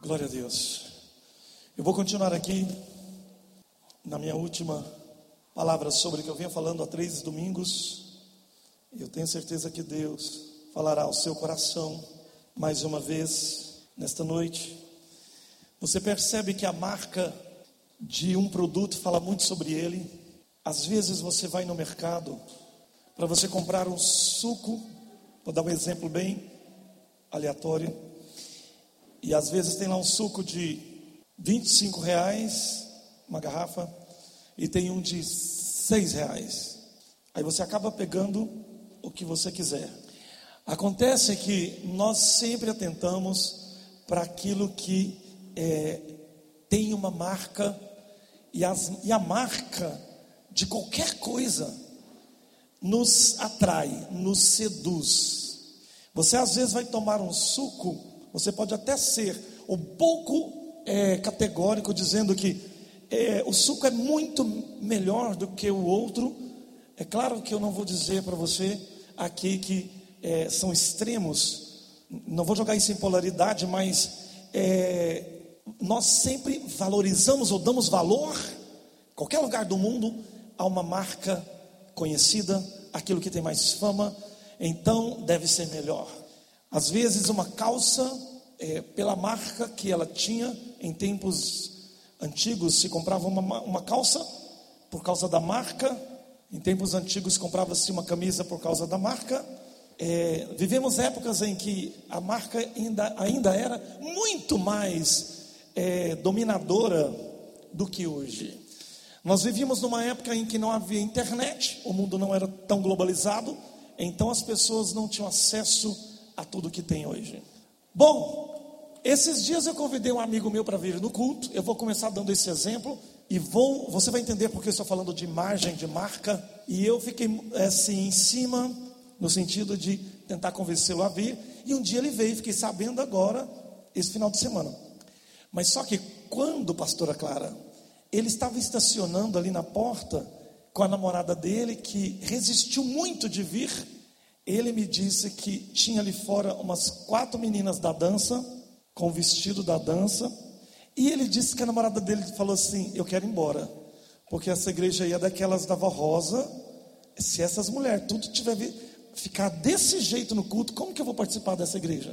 Glória a Deus. Eu vou continuar aqui na minha última palavra sobre o que eu venho falando há 3 domingos. Eu tenho certeza que Deus falará ao seu coração mais uma vez nesta noite. Você percebe que a marca de um produto fala muito sobre ele. Às vezes você vai no mercado para você comprar um suco, vou dar um exemplo bem aleatório, e às vezes tem lá um suco de R$25, uma garrafa, e tem um de R$6. Aí você acaba pegando o que você quiser. Acontece que nós sempre atentamos para aquilo que tem uma marca, e a marca de qualquer coisa nos atrai, nos seduz. Você às vezes vai tomar um suco, você pode até ser um pouco categórico, dizendo que o suco é muito melhor do que o outro. É claro que eu não vou dizer para você aqui que são extremos, não vou jogar isso em polaridade, mas nós sempre valorizamos ou damos valor, em qualquer lugar do mundo, a uma marca conhecida, aquilo que tem mais fama, então deve ser melhor. Às vezes uma calça, pela marca que ela tinha, em tempos antigos se comprava uma calça por causa da marca, em tempos antigos comprava-se uma camisa por causa da marca. Vivemos épocas em que a marca ainda era muito mais dominadora do que hoje. Nós vivíamos numa época em que não havia internet, o mundo não era tão globalizado, então as pessoas não tinham acesso a tudo que tem hoje. Bom, esses dias eu convidei um amigo meu para vir no culto. Eu vou começar dando esse exemplo e você vai entender porque eu estou falando de imagem, de marca. E eu fiquei assim em cima, no sentido de tentar convencê-lo a vir. E um dia ele veio, fiquei sabendo agora, esse final de semana. Mas só que quando, pastora Clara, ele estava estacionando ali na porta com a namorada dele, que resistiu muito de vir, ele me disse que tinha ali fora umas 4 meninas da dança, com o vestido da dança, e ele disse que a namorada dele falou assim: eu quero ir embora, porque essa igreja aí é daquelas da Vó Rosa. Se essas mulheres tudo ficar desse jeito no culto, como que eu vou participar dessa igreja?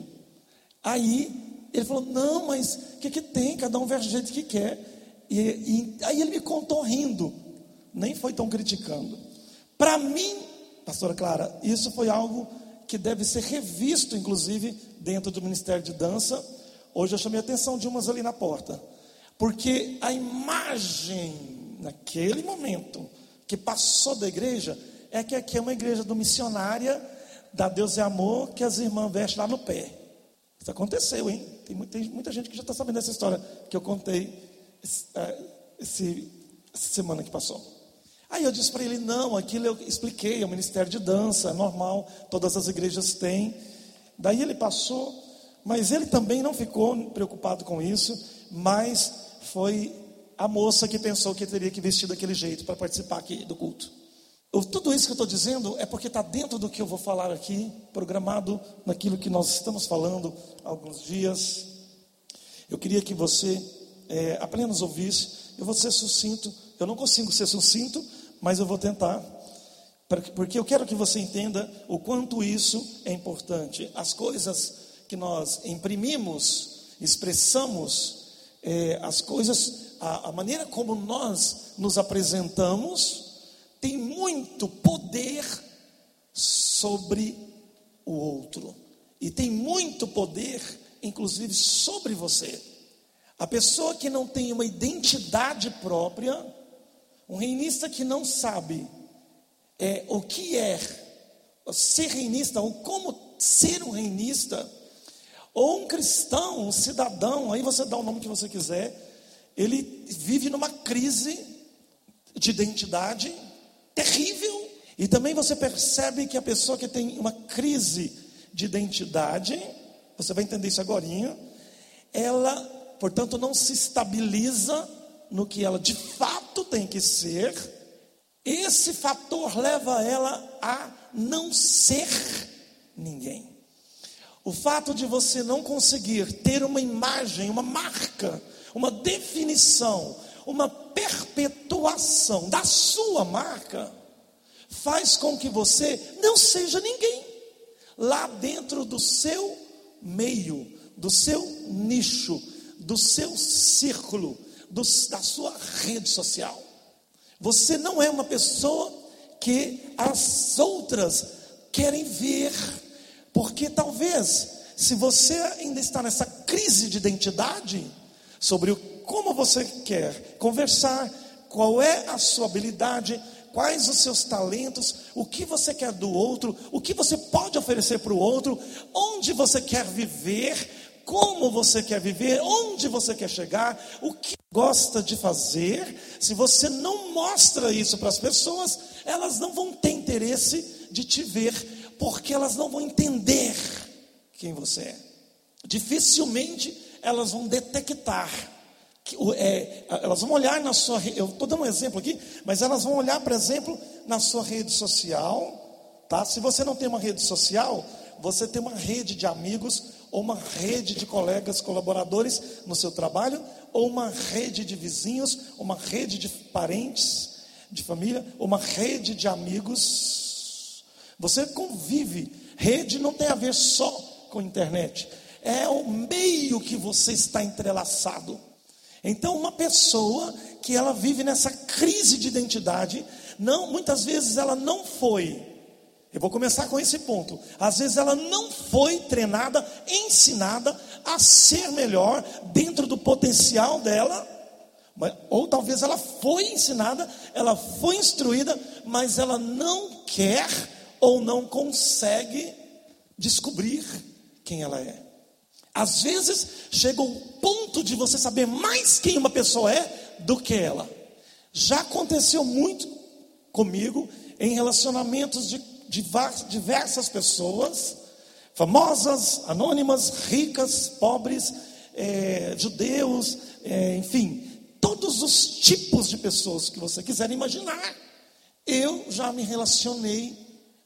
Aí ele falou: não, mas o que tem? Cada um veste do jeito que quer. E aí ele me contou rindo, nem foi tão criticando. Para mim, pastora Clara, isso foi algo que deve ser revisto, inclusive, dentro do Ministério de Dança. Hoje eu chamei a atenção de umas ali na porta, porque a imagem, naquele momento, que passou da igreja, é que aqui é uma igreja do missionária, da Deus é Amor, que as irmãs vestem lá no pé. Isso aconteceu, hein? Tem muita gente que já está sabendo dessa história, que eu contei essa semana que passou. Aí eu disse para ele: não, aquilo eu expliquei, é o Ministério de Dança, é normal, todas as igrejas têm. Daí ele passou, mas ele também não ficou preocupado com isso, mas foi a moça que pensou que teria que vestir daquele jeito para participar aqui do culto. Tudo isso que eu estou dizendo é porque está dentro do que eu vou falar aqui, programado naquilo que nós estamos falando há alguns dias. Eu queria que você apenas ouvisse. Eu vou ser sucinto, eu não consigo ser sucinto, mas eu vou tentar, porque eu quero que você entenda o quanto isso é importante. As coisas que nós imprimimos, expressamos, as coisas, a maneira como nós nos apresentamos, tem muito poder sobre o outro, e tem muito poder, inclusive, sobre você. A pessoa que não tem uma identidade própria, um reinista que não sabe o que é ser reinista, ou como ser um reinista, ou um cristão, um cidadão, aí você dá o nome que você quiser, ele vive numa crise de identidade terrível. E também você percebe que a pessoa que tem uma crise de identidade, você vai entender isso agorinha, ela, portanto, não se estabiliza no que ela de fato tem que ser. Esse fator leva ela a não ser ninguém. O fato de você não conseguir ter uma imagem, uma marca, uma definição, uma perpetuação da sua marca, faz com que você não seja ninguém lá dentro do seu meio, do seu nicho, do seu círculo, da sua rede social. Você não é uma pessoa que as outras querem ver, porque talvez, se você ainda está nessa crise de identidade, sobre como você quer conversar, qual é a sua habilidade, quais os seus talentos, o que você quer do outro, o que você pode oferecer para o outro, onde você quer viver, como você quer viver, onde você quer chegar, o que gosta de fazer. Se você não mostra isso para as pessoas, elas não vão ter interesse de te ver, porque elas não vão entender quem você é. Dificilmente elas vão detectar, elas vão olhar na sua, eu estou dando um exemplo aqui, mas elas vão olhar, por exemplo, na sua rede social, tá? Se você não tem uma rede social, você tem uma rede de amigos, ou uma rede de colegas, colaboradores no seu trabalho, ou uma rede de vizinhos, uma rede de parentes, de família, uma rede de amigos. Você convive. Rede não tem a ver só com internet, é o meio que você está entrelaçado. Então, uma pessoa que ela vive nessa crise de identidade, muitas vezes ela não foi, eu vou começar com esse ponto, às vezes ela não foi treinada, ensinada a ser melhor dentro do potencial dela, ou talvez ela foi ensinada, ela foi instruída, mas ela não quer ou não consegue descobrir quem ela é. Às vezes chega o ponto de você saber mais quem uma pessoa é do que ela. Já aconteceu muito comigo em relacionamentos de diversas pessoas, famosas, anônimas, ricas, pobres, judeus, enfim, todos os tipos de pessoas que você quiser imaginar. Eu já me relacionei,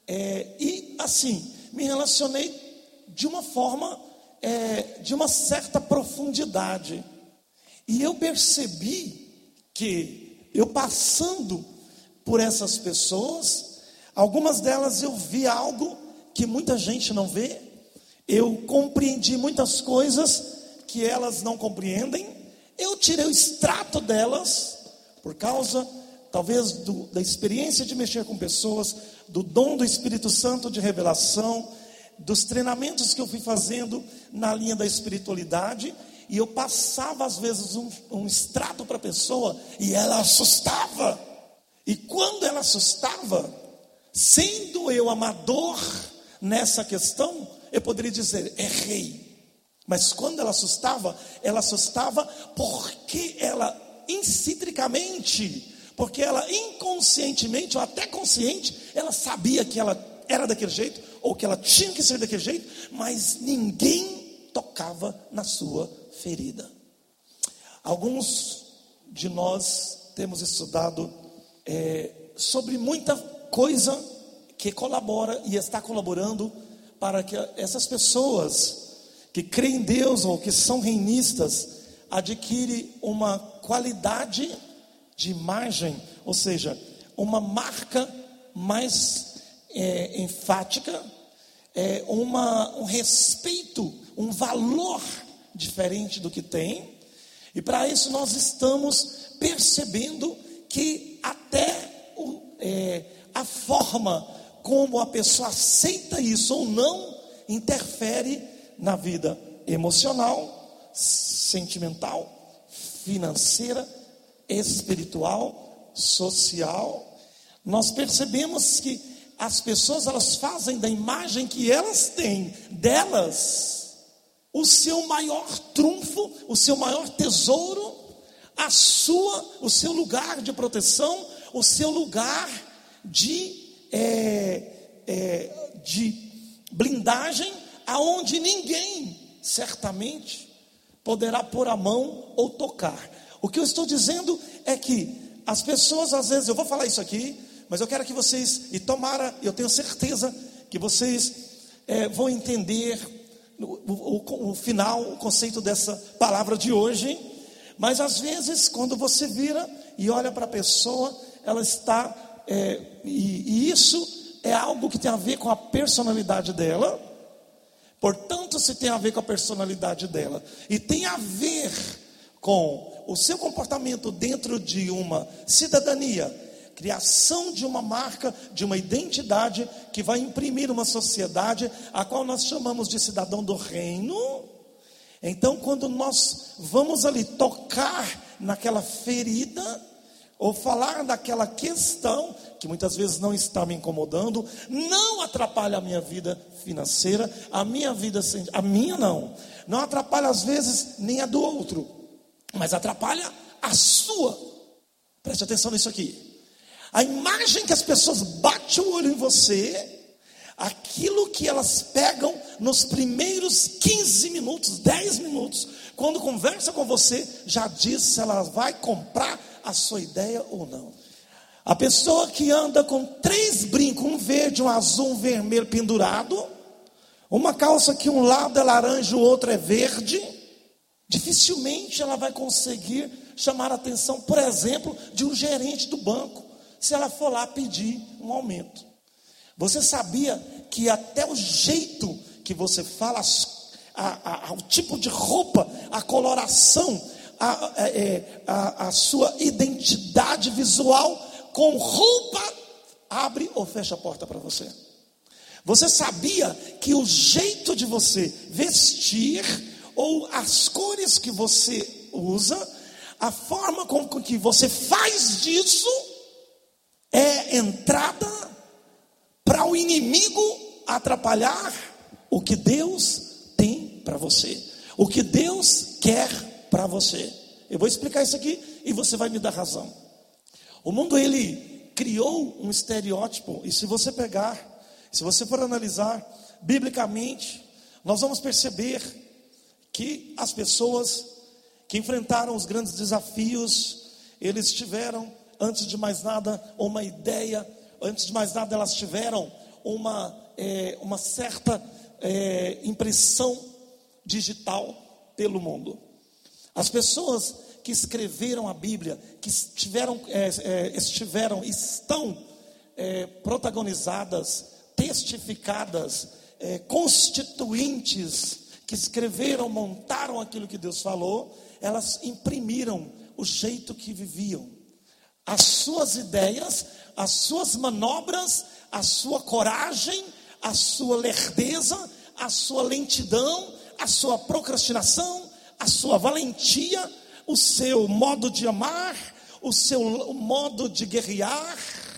e assim, me relacionei de uma forma, de uma certa profundidade. E eu percebi que eu passando por essas pessoas, algumas delas eu vi algo que muita gente não vê. Eu compreendi muitas coisas que elas não compreendem. Eu tirei o extrato delas por causa, talvez, da experiência de mexer com pessoas, do dom do Espírito Santo de revelação, dos treinamentos que eu fui fazendo na linha da espiritualidade. E eu passava às vezes um extrato para a pessoa e ela assustava. E quando ela assustava, sendo eu amador nessa questão, eu poderia dizer, errei. Mas quando ela assustava porque ela intrinsecamente, porque ela inconscientemente ou até consciente, ela sabia que ela era daquele jeito, ou que ela tinha que ser daquele jeito, mas ninguém tocava na sua ferida. Alguns de nós temos estudado sobre muita coisa que colabora e está colaborando para que essas pessoas que creem em Deus ou que são reinistas adquirem uma qualidade de imagem, ou seja, uma marca mais enfática, um respeito, um valor diferente do que tem. E para isso nós estamos percebendo que até a forma como a pessoa aceita isso ou não interfere na vida emocional, sentimental, financeira, espiritual, social. Nós percebemos que as pessoas, elas fazem da imagem que elas têm delas o seu maior trunfo, o seu maior tesouro, o seu lugar de proteção, o seu lugar de blindagem, aonde ninguém certamente poderá pôr a mão ou tocar. O que eu estou dizendo é que as pessoas, às vezes, eu vou falar isso aqui, mas eu quero que vocês, e tomara, eu tenho certeza que vocês vão entender o final, o conceito dessa palavra de hoje. Mas às vezes, quando você vira e olha para a pessoa, ela está, e isso é algo que tem a ver com a personalidade dela. Portanto, se tem a ver com a personalidade dela e tem a ver com o seu comportamento dentro de uma cidadania, criação de uma marca, de uma identidade que vai imprimir uma sociedade a qual nós chamamos de cidadão do reino. Então, quando nós vamos ali tocar naquela ferida, ou falar daquela questão que muitas vezes não está me incomodando, não atrapalha a minha vida financeira, a minha não atrapalha às vezes nem a do outro, mas atrapalha a sua. Preste atenção nisso aqui. A imagem que as pessoas batem o olho em você, aquilo que elas pegam nos primeiros 15 minutos, 10 minutos, quando conversa com você, já diz se ela vai comprar a sua ideia ou não. A pessoa que anda com 3 brincos, um verde, um azul, um vermelho pendurado, uma calça que um lado é laranja, o outro é verde, dificilmente ela vai conseguir chamar a atenção, por exemplo, de um gerente do banco, se ela for lá pedir um aumento. Você sabia que até o jeito que você fala, o tipo de roupa, a coloração, a sua identidade visual com roupa abre ou fecha a porta para você? Você sabia que o jeito de você vestir, ou as cores que você usa, a forma com que você faz disso, é entrada para o inimigo atrapalhar o que Deus tem para você, o que Deus quer para você. Eu vou explicar isso aqui e você vai me dar razão. O mundo, ele criou um estereótipo, e se você for analisar biblicamente, nós vamos perceber que as pessoas que enfrentaram os grandes desafios, eles tiveram, antes de mais nada, uma ideia. Antes de mais nada, elas tiveram uma certa impressão digital pelo mundo. As pessoas que escreveram a Bíblia, que estão protagonizadas, testificadas, constituintes, que escreveram, montaram aquilo que Deus falou, elas imprimiram o jeito que viviam, as suas ideias, as suas manobras, a sua coragem, a sua lerdeza, a sua lentidão, a sua procrastinação, a sua valentia, o seu modo de amar, o seu modo de guerrear,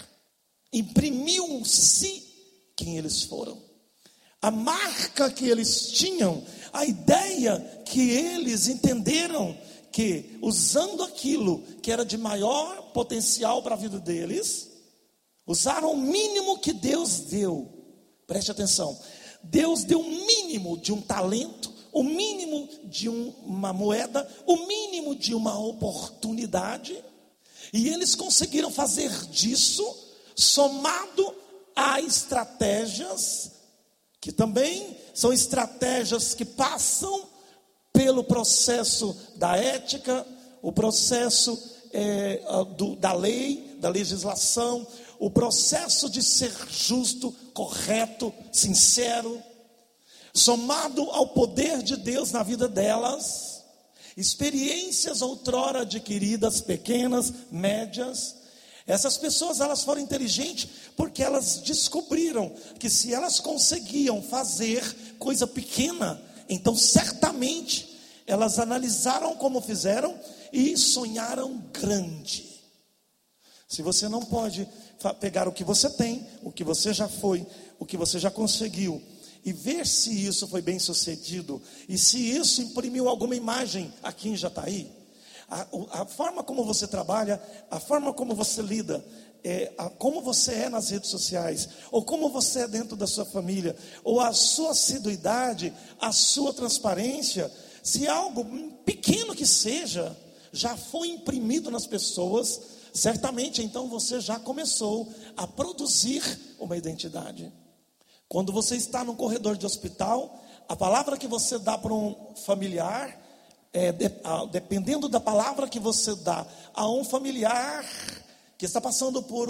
imprimiu-se quem eles foram. A marca que eles tinham, a ideia que eles entenderam, que usando aquilo que era de maior potencial para a vida deles, usaram o mínimo que Deus deu. Preste atenção. Deus deu o mínimo de um talento, o mínimo de uma moeda, o mínimo de uma oportunidade, e eles conseguiram fazer disso, somado a estratégias, que também são estratégias que passam pelo processo da ética, o processo da lei, da legislação, o processo de ser justo, correto, sincero, somado ao poder de Deus na vida delas, experiências outrora adquiridas, pequenas, médias. Essas pessoas, elas foram inteligentes porque elas descobriram que se elas conseguiam fazer coisa pequena, então certamente elas analisaram como fizeram e sonharam grande. Se você não pode pegar o que você tem, o que você já foi, o que você já conseguiu, e ver se isso foi bem sucedido, e se isso imprimiu alguma imagem a quem já está aí, a forma como você trabalha, a forma como você lida, como você é nas redes sociais, ou como você é dentro da sua família, ou a sua assiduidade, a sua transparência, se algo pequeno que seja, já foi imprimido nas pessoas, certamente então você já começou a produzir uma identidade. Quando você está no corredor de hospital, a palavra que você dá para um familiar, dependendo da palavra que você dá a um familiar que está passando por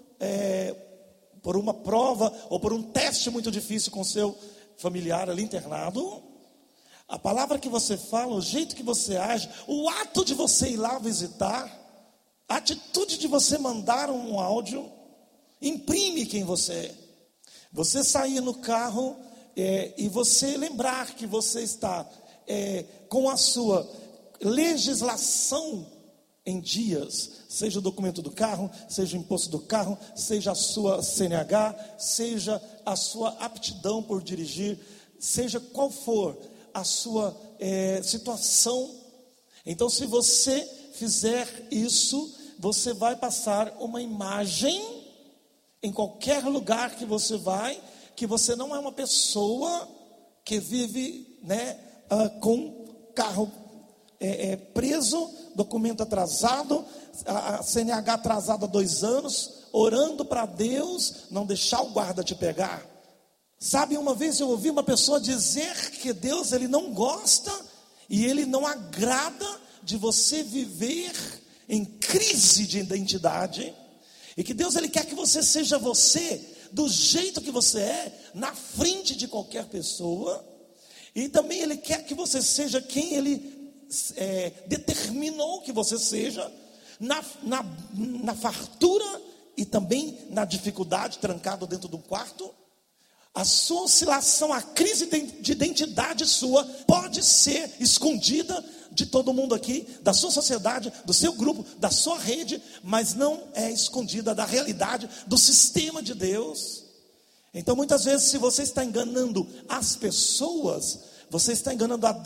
uma prova ou por um teste muito difícil com seu familiar ali internado, a palavra que você fala, o jeito que você age, o ato de você ir lá visitar, a atitude de você mandar um áudio, imprime quem você é. Você sair no carro e você lembrar que você está com a sua legislação em dias, seja o documento do carro, seja o imposto do carro, seja a sua CNH, seja a sua aptidão por dirigir, seja qual for a sua situação. Então, se você fizer isso, você vai passar uma imagem em qualquer lugar que você vai, que você não é uma pessoa que vive, com carro preso, documento atrasado, a CNH atrasada há 2 anos, orando para Deus não deixar o guarda te pegar. Sabe, uma vez eu ouvi uma pessoa dizer que Deus, Ele não gosta e Ele não agrada de você viver em crise de identidade, e que Deus, Ele quer que você seja você, do jeito que você é, na frente de qualquer pessoa, e também Ele quer que você seja quem Ele determinou que você seja, na fartura e também na dificuldade, trancado dentro do quarto. A sua oscilação, a crise de identidade sua pode ser escondida de todo mundo aqui, da sua sociedade, do seu grupo, da sua rede, mas não é escondida da realidade do sistema de Deus. Então, muitas vezes, se você está enganando as pessoas, você está enganando a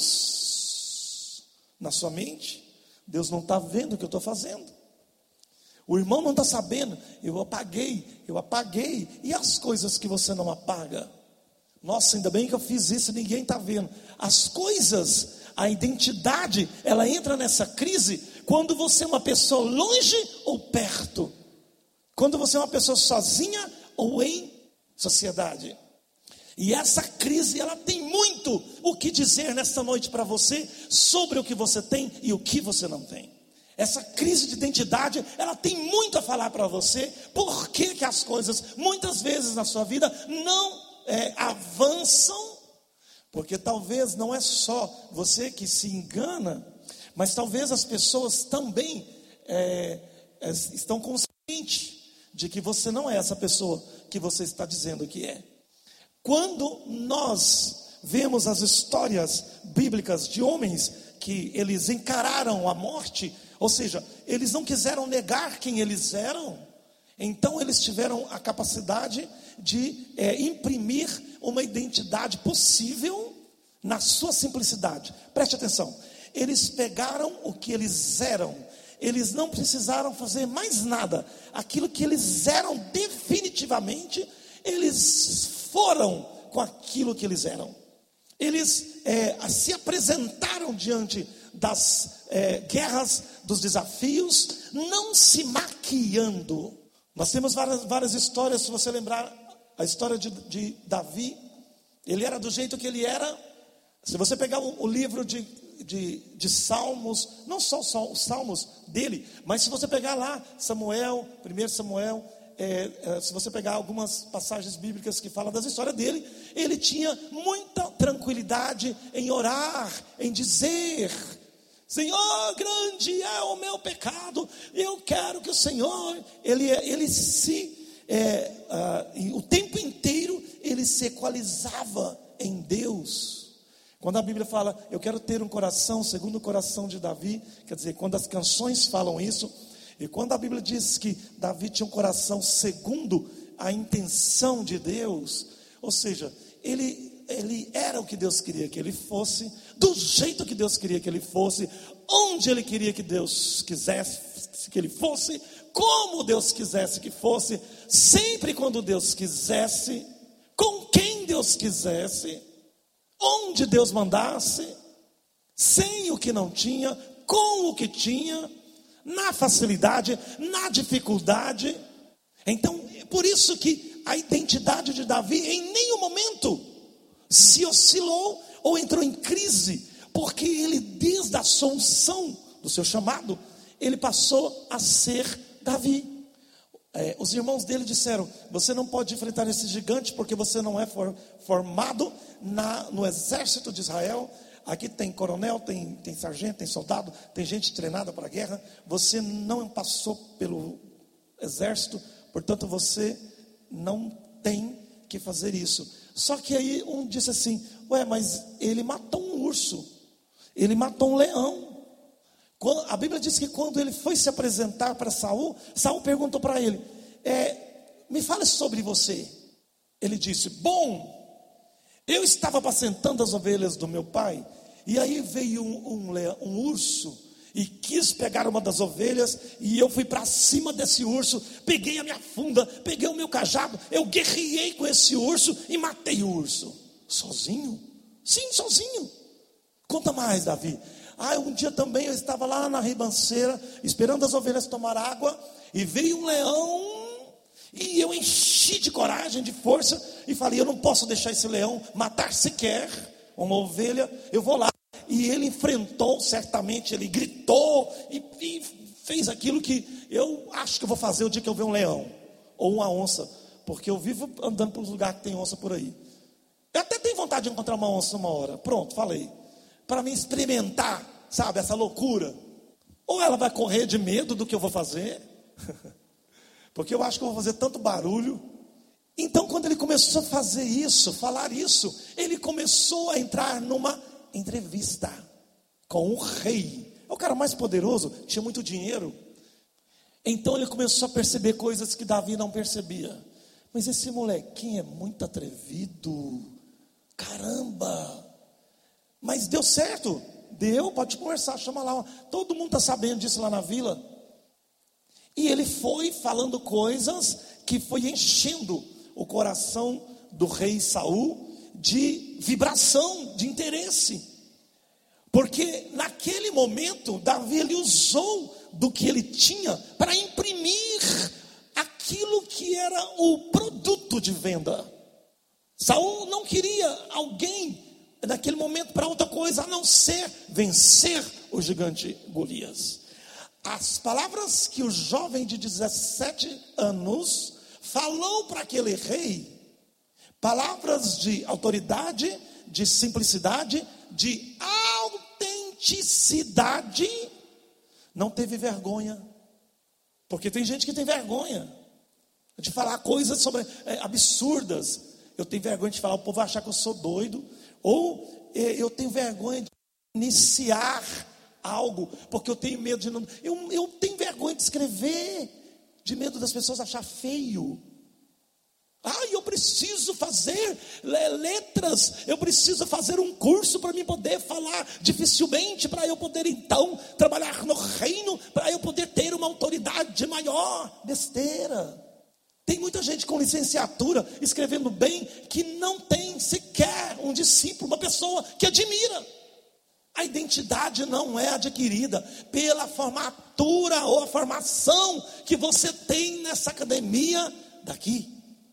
Deus na sua mente. Deus não está vendo o que eu estou fazendo. O irmão não está sabendo. Eu apaguei. E as coisas que você não apaga? Nossa, ainda bem que eu fiz isso e ninguém está vendo. As coisas, a identidade, ela entra nessa crise quando você é uma pessoa longe ou perto. Quando você é uma pessoa sozinha ou em sociedade. E essa crise, ela tem muito o que dizer nesta noite para você sobre o que você tem e o que você não tem. Essa crise de identidade, ela tem muito a falar para você. Por que as coisas, muitas vezes na sua vida, não avançam? Porque talvez não é só você que se engana, mas talvez as pessoas também estão conscientes de que você não é essa pessoa que você está dizendo que é. Quando nós vemos as histórias bíblicas de homens que eles encararam a morte, ou seja, eles não quiseram negar quem eles eram, então eles tiveram a capacidade de imprimir uma identidade possível na sua simplicidade. Preste atenção, eles pegaram o que eles eram, eles não precisaram fazer mais nada, aquilo que eles eram definitivamente, eles foram com aquilo que eles eram. Eles se apresentaram diante das guerras, dos desafios, não se maquiando. Nós temos várias histórias. Se você lembrar a história de Davi, ele era do jeito que ele era. Se você pegar o livro de Salmos, não só os Salmos dele, mas se você pegar lá Samuel, 1 Samuel, se você pegar algumas passagens bíblicas que falam das histórias dele, ele tinha muita tranquilidade em orar, em dizer: Senhor, grande é o meu pecado, eu quero que o Senhor, o tempo inteiro ele se equalizava em Deus. Quando a Bíblia fala, eu quero ter um coração segundo o coração de Davi, quer dizer, quando as canções falam isso, e quando a Bíblia diz que Davi tinha um coração segundo a intenção de Deus, ou seja, ele era o que Deus queria que ele fosse, do jeito que Deus queria que ele fosse, onde ele queria que Deus quisesse que ele fosse, como Deus quisesse que fosse, sempre quando Deus quisesse, com quem Deus quisesse, onde Deus mandasse, sem o que não tinha, com o que tinha, na facilidade, na dificuldade. Então, por isso que a identidade de Davi em nenhum momento se oscilou ou entrou em crise, porque ele, desde a assunção do seu chamado, ele passou a ser Davi. Os irmãos dele disseram: você não pode enfrentar esse gigante porque você não é formado no exército de Israel. Aqui tem coronel, tem sargento, tem soldado, tem gente treinada para a guerra. Você não passou pelo exército, portanto você não tem que fazer isso. Só que aí um disse assim: mas ele matou um urso, ele matou um leão. A Bíblia diz que quando ele foi se apresentar para Saul, Saul perguntou para ele: me fale sobre você. Ele disse: bom, eu estava apacentando as ovelhas do meu pai, e aí veio um urso e quis pegar uma das ovelhas, e eu fui para cima desse urso, peguei a minha funda, peguei o meu cajado, eu guerreei com esse urso e matei o urso. Sozinho? Sim, sozinho. Conta mais, Davi. Um dia também eu estava lá na ribanceira, esperando as ovelhas tomar água, e veio um leão, e eu enchi de coragem, de força, e falei: eu não posso deixar esse leão matar sequer uma ovelha, eu vou lá. E ele enfrentou, certamente, ele gritou, e fez aquilo que eu acho que eu vou fazer o dia que eu ver um leão, ou uma onça, porque eu vivo andando por lugares que tem onça por aí. Eu até tenho vontade de encontrar uma onça uma hora, pronto, falei. Para mim experimentar, sabe, essa loucura. Ou ela vai correr de medo do que eu vou fazer, porque eu acho que eu vou fazer tanto barulho. Então, quando ele começou a fazer isso, falar isso, ele começou a entrar numa entrevista com o rei. O cara mais poderoso, tinha muito dinheiro. Então ele começou a perceber coisas que Davi não percebia. Mas esse molequinho é muito atrevido, caramba. Mas deu certo, deu, pode conversar, chama lá, todo mundo está sabendo disso lá na vila. E ele foi falando coisas que foi enchendo o coração do rei Saul de vibração, de interesse. Porque naquele momento, Davi, ele usou do que ele tinha para imprimir aquilo que era o produto de venda. Saul não queria alguém naquele momento para outra coisa a não ser vencer o gigante Golias. As palavras que o jovem de 17 anos falou para aquele rei, palavras de autoridade, de simplicidade, de autenticidade, não teve vergonha. Porque tem gente que tem vergonha de falar coisas absurdas. Eu tenho vergonha de falar, o povo vai achar que eu sou doido. Ou eu tenho vergonha de iniciar algo, porque eu tenho medo de não. Eu tenho vergonha de escrever, de medo das pessoas achar feio. Eu preciso fazer letras, eu preciso fazer um curso para mim poder falar dificilmente, para eu poder então trabalhar no reino, para eu poder ter uma autoridade maior. Besteira. Tem muita gente com licenciatura, escrevendo bem, que não tem sequer um discípulo, uma pessoa que admira. A identidade não é adquirida pela formatura ou a formação que você tem nessa academia daqui.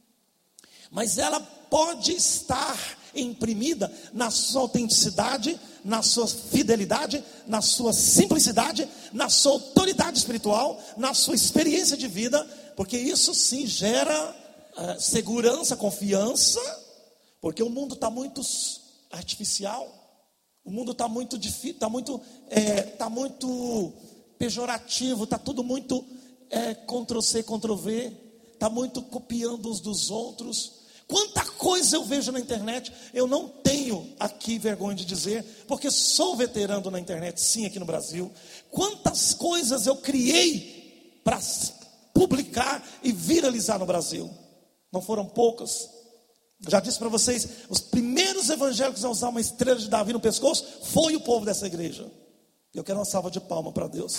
Mas ela pode estar imprimida na sua autenticidade, na sua fidelidade, na sua simplicidade, na sua autoridade espiritual, na sua experiência de vida, porque isso sim gera segurança, confiança, porque o mundo está muito artificial, o mundo está muito difícil, está muito pejorativo, está tudo muito Ctrl-C, Ctrl-V, está muito copiando uns dos outros. Quanta coisa eu vejo na internet, eu não tenho aqui vergonha de dizer, porque sou veterano na internet, sim, aqui no Brasil. Quantas coisas eu criei para publicar e viralizar no Brasil. Não foram poucas. Já disse para vocês, os primeiros evangélicos a usar uma estrela de Davi no pescoço foi o povo dessa igreja. Eu quero uma salva de palmas para Deus.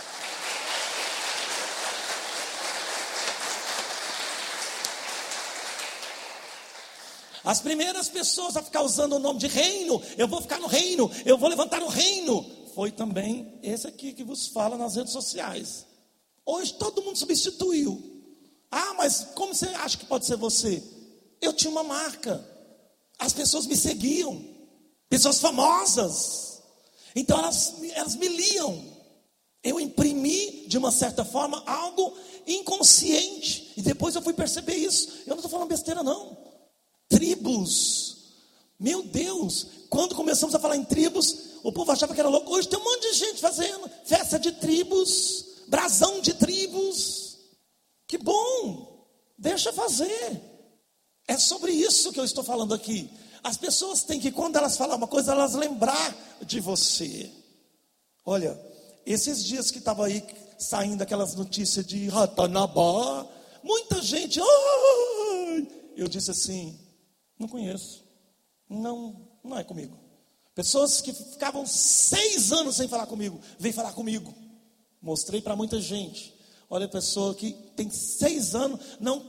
As primeiras pessoas a ficar usando o nome de reino, eu vou ficar no reino, eu vou levantar o reino, foi também esse aqui que vos fala nas redes sociais. Hoje todo mundo substituiu. Mas como você acha que pode ser você? Eu tinha uma marca. As pessoas me seguiam, pessoas famosas. Então elas me liam. Eu imprimi, de uma certa forma, algo inconsciente. E depois eu fui perceber isso. Eu não estou falando besteira, não. Tribos. Meu Deus. Quando começamos a falar em tribos, o povo achava que era louco. Hoje tem um monte de gente fazendo festa de tribos, brasão de tribos. Que bom. Deixa fazer. É sobre isso que eu estou falando aqui. As pessoas têm que, quando elas falam uma coisa, elas lembrar de você. Olha, esses dias que estava aí saindo aquelas notícias de Ratanabá, muita gente, eu disse assim, não conheço, não é comigo. Pessoas que ficavam 6 anos sem falar comigo, vem falar comigo. Mostrei para muita gente. Olha, a pessoa que tem 6 anos,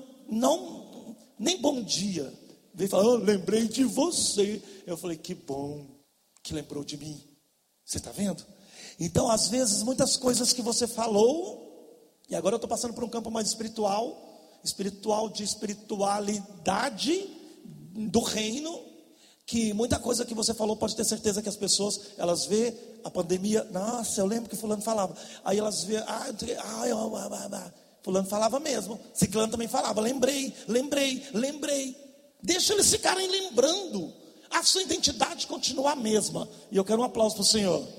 nem bom dia. Veio falar, lembrei de você. Eu falei, que bom que lembrou de mim. Você está vendo? Então, às vezes, muitas coisas que você falou, e agora eu estou passando por um campo mais espiritual de espiritualidade do reino, que muita coisa que você falou, pode ter certeza que as pessoas, elas vê a pandemia, nossa, eu lembro que fulano falava, aí elas vê, fulano falava mesmo, ciclano também falava, lembrei, deixa eles ficarem lembrando, a sua identidade continua a mesma, e eu quero um aplauso para o Senhor.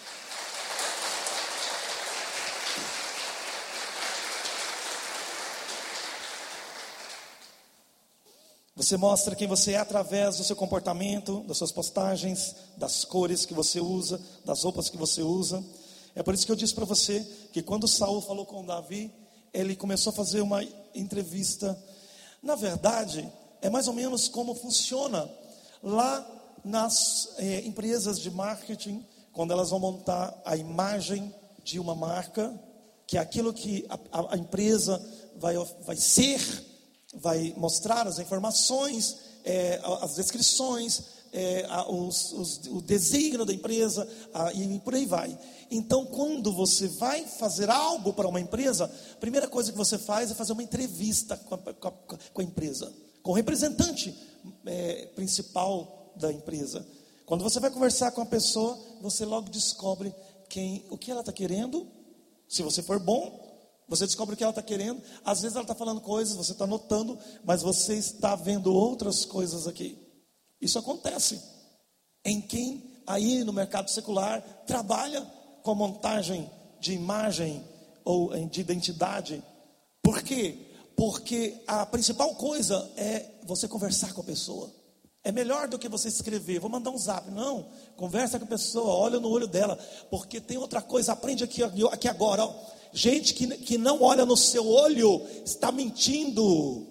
Você mostra quem você é através do seu comportamento, das suas postagens, das cores que você usa, das roupas que você usa. É por isso que eu disse para você que quando Saul falou com Davi, ele começou a fazer uma entrevista. Na verdade, é mais ou menos como funciona lá nas empresas de marketing, quando elas vão montar a imagem de uma marca, que é aquilo que a empresa vai ser, vai mostrar as informações, as descrições, o designo da empresa, e por aí vai. Então, quando você vai fazer algo para uma empresa, a primeira coisa que você faz é fazer uma entrevista com a empresa, com o representante principal da empresa. Quando você vai conversar com a pessoa, você logo descobre o que ela está querendo. Se você for bom, você descobre o que ela está querendo. Às vezes ela está falando coisas, você está notando, mas você está vendo outras coisas aqui. Isso acontece em quem aí no mercado secular trabalha com a montagem de imagem ou de identidade. Por quê? Porque a principal coisa é você conversar com a pessoa. É melhor do que você escrever, vou mandar um zap. Não, conversa com a pessoa, olha no olho dela. Porque tem outra coisa, aprende aqui agora, ó. Gente que não olha no seu olho está mentindo,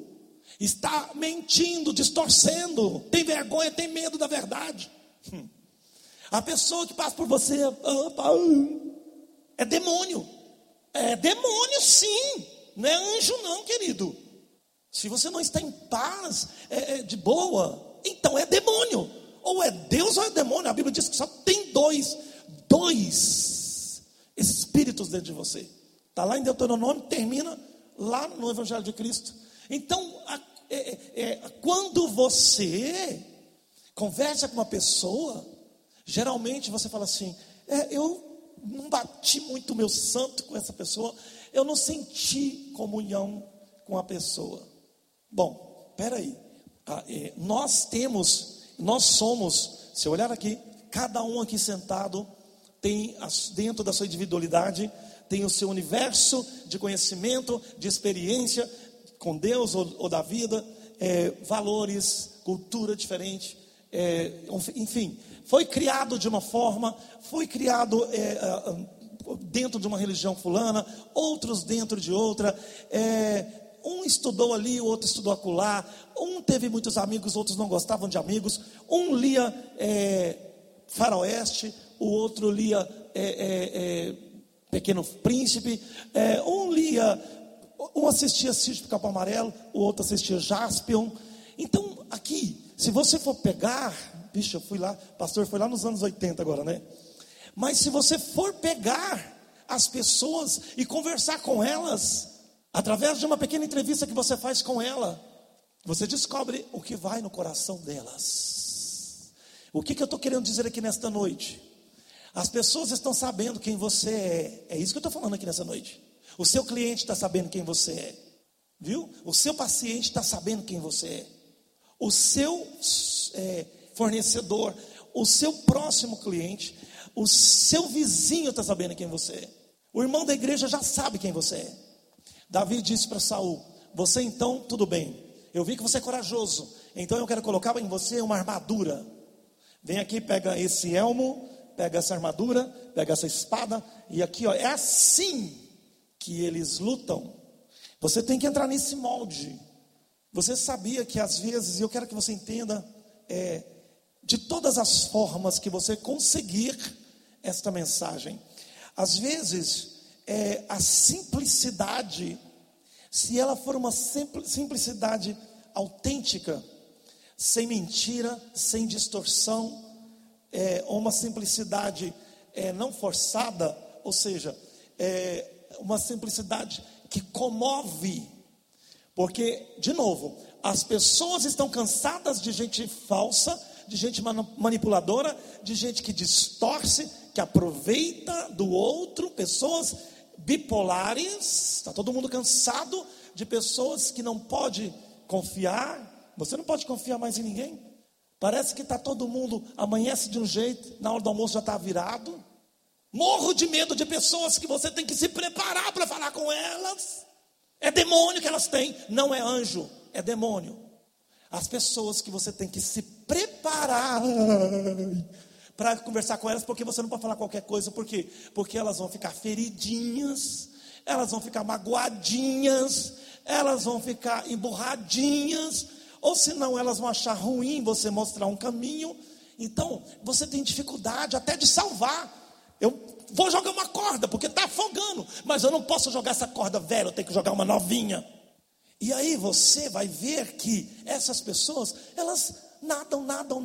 distorcendo, tem vergonha, tem medo da verdade. A pessoa que passa por você é demônio sim, não é anjo não, querido. Se você não está em paz, de boa, então é demônio, ou é Deus ou é demônio. A Bíblia diz que só tem dois espíritos dentro de você. Está lá em Deuteronômio, termina lá no Evangelho de Cristo. Então, quando você conversa com uma pessoa, geralmente você fala assim, eu não bati muito o meu santo com essa pessoa, eu não senti comunhão com a pessoa. Bom, peraí, nós somos, se olhar aqui, cada um aqui sentado tem dentro da sua individualidade, tem o seu universo de conhecimento, de experiência com Deus ou da vida, valores, cultura diferente, enfim, foi criado de uma forma, foi criado dentro de uma religião fulana, outros dentro de outra, um estudou ali, o outro estudou acolá, um teve muitos amigos, outros não gostavam de amigos, um lia Faroeste, o outro lia Pequeno Príncipe, um assistia Sítio do Capão Amarelo, o outro assistia Jaspion. Então aqui, se você for pegar, eu fui lá, pastor foi lá nos anos 80 agora, né? Mas se você for pegar as pessoas e conversar com elas, através de uma pequena entrevista que você faz com ela, você descobre o que vai no coração delas. O que eu estou querendo dizer aqui nesta noite? As pessoas estão sabendo quem você é. É isso que eu estou falando aqui nessa noite. O seu cliente está sabendo quem você é, viu? O seu paciente está sabendo quem você é. O seu fornecedor, o seu próximo cliente, o seu vizinho está sabendo quem você é. O irmão da igreja já sabe quem você é. Davi disse para Saul: você então, tudo bem, eu vi que você é corajoso, então eu quero colocar em você uma armadura. Vem aqui, pega esse elmo, pega essa armadura, pega essa espada, e aqui, ó, é assim que eles lutam. Você tem que entrar nesse molde. Você sabia que às vezes, e eu quero que você entenda, de todas as formas que você conseguir esta mensagem, às vezes, a simplicidade, se ela for uma simplicidade autêntica, sem mentira, sem distorção, ou uma simplicidade não forçada, ou seja, uma simplicidade que comove, porque, de novo, as pessoas estão cansadas de gente falsa, de gente manipuladora, de gente que distorce, que aproveita do outro, pessoas bipolares. Está todo mundo cansado de pessoas que não pode confiar. Você não pode confiar mais em ninguém. Parece que está todo mundo, amanhece de um jeito, na hora do almoço já está virado. Morro de medo de pessoas que você tem que se preparar para falar com elas. É demônio que elas têm, não é anjo, é demônio. As pessoas que você tem que se preparar para conversar com elas, porque você não pode falar qualquer coisa. Por quê? Porque elas vão ficar feridinhas, elas vão ficar magoadinhas, elas vão ficar emburradinhas, ou senão elas vão achar ruim você mostrar um caminho. Então você tem dificuldade até de salvar. Eu vou jogar uma corda porque está afogando, mas eu não posso jogar essa corda velha, eu tenho que jogar uma novinha. E aí você vai ver que essas pessoas, elas nadam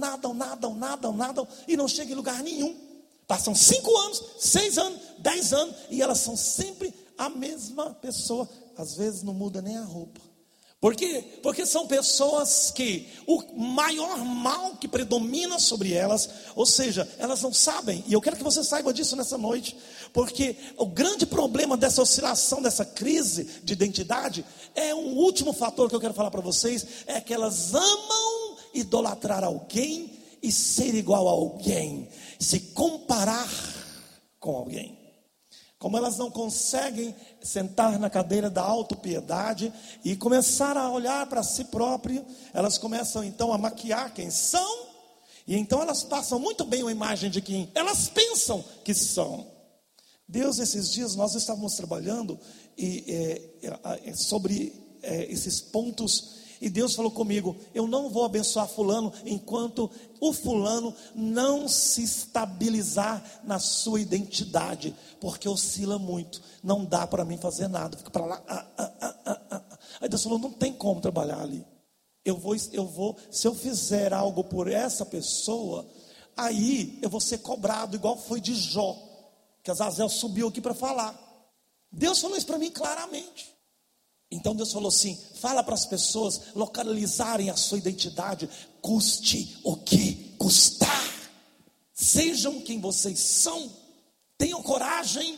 e não chegam em lugar nenhum. Passam 5 anos, 6 anos, 10 anos, e elas são sempre a mesma pessoa. Às vezes não muda nem a roupa. Por quê? Porque são pessoas que o maior mal que predomina sobre elas, ou seja, elas não sabem, e eu quero que você saiba disso nessa noite, porque o grande problema dessa oscilação, dessa crise de identidade, é um último fator que eu quero falar para vocês, é que elas amam idolatrar alguém e ser igual a alguém, se comparar com alguém. Como elas não conseguem sentar na cadeira da autopiedade e começar a olhar para si próprio, elas começam então a maquiar quem são, e então elas passam muito bem a imagem de quem elas pensam que são. Deus, esses dias nós estávamos trabalhando sobre esses pontos, e Deus falou comigo: eu não vou abençoar fulano enquanto o fulano não se estabilizar na sua identidade, porque oscila muito, não dá para mim fazer nada, fica para lá. Aí Deus falou: não tem como trabalhar ali. Eu vou, se eu fizer algo por essa pessoa, aí eu vou ser cobrado, igual foi de Jó, que Azazel subiu aqui para falar. Deus falou isso para mim claramente. Então Deus falou assim: fala para as pessoas localizarem a sua identidade, custe o que custar. Sejam quem vocês são. Tenham coragem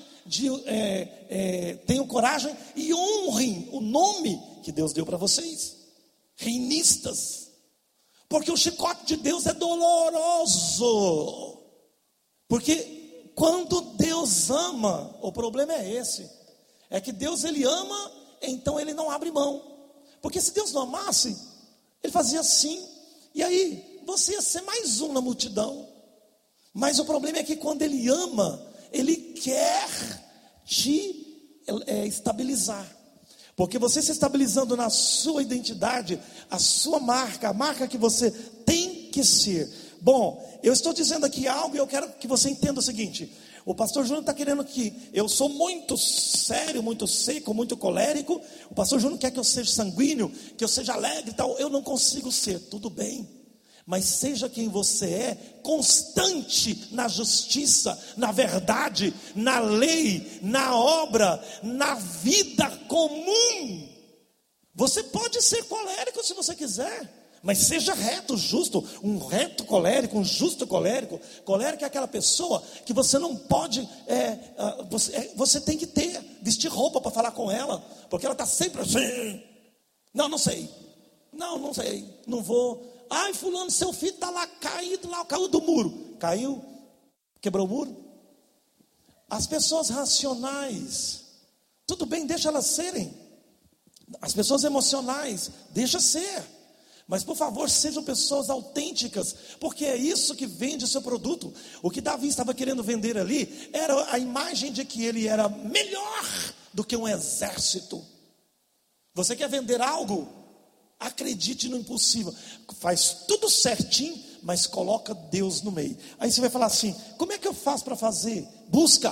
e honrem o nome que Deus deu para vocês, reinistas, porque o chicote de Deus é doloroso. Porque quando Deus ama, o problema é esse, é que Deus, ele ama, então ele não abre mão. Porque se Deus não amasse, ele fazia assim, e aí você ia ser mais um na multidão. Mas o problema é que quando ele ama, ele quer te estabilizar. Porque você se estabilizando na sua identidade, a sua marca, a marca que você tem que ser. Bom, eu estou dizendo aqui algo e eu quero que você entenda o seguinte: o pastor Júnior está querendo que eu sou muito sério, muito seco, muito colérico. O pastor Júnior quer que eu seja sanguíneo, que eu seja alegre e tal. Eu não consigo ser, tudo bem. Mas seja quem você é, constante na justiça, na verdade, na lei, na obra, na vida comum. Você pode ser colérico se você quiser, mas seja reto, justo. Um reto colérico, um justo colérico. Colérico é aquela pessoa que você não pode, você tem que vestir roupa para falar com ela, porque ela está sempre assim. Não sei. Não sei. Não vou. Ai, fulano, seu filho está lá caído, caiu do muro. Caiu? Quebrou o muro? As pessoas racionais, tudo bem, deixa elas serem. As pessoas emocionais, deixa ser. Mas por favor, sejam pessoas autênticas, porque é isso que vende o seu produto. O que Davi estava querendo vender ali era a imagem de que ele era melhor do que um exército. Você quer vender algo? Acredite no impossível. Faz tudo certinho, mas coloca Deus no meio. Aí você vai falar assim: como é que eu faço para fazer? Busca.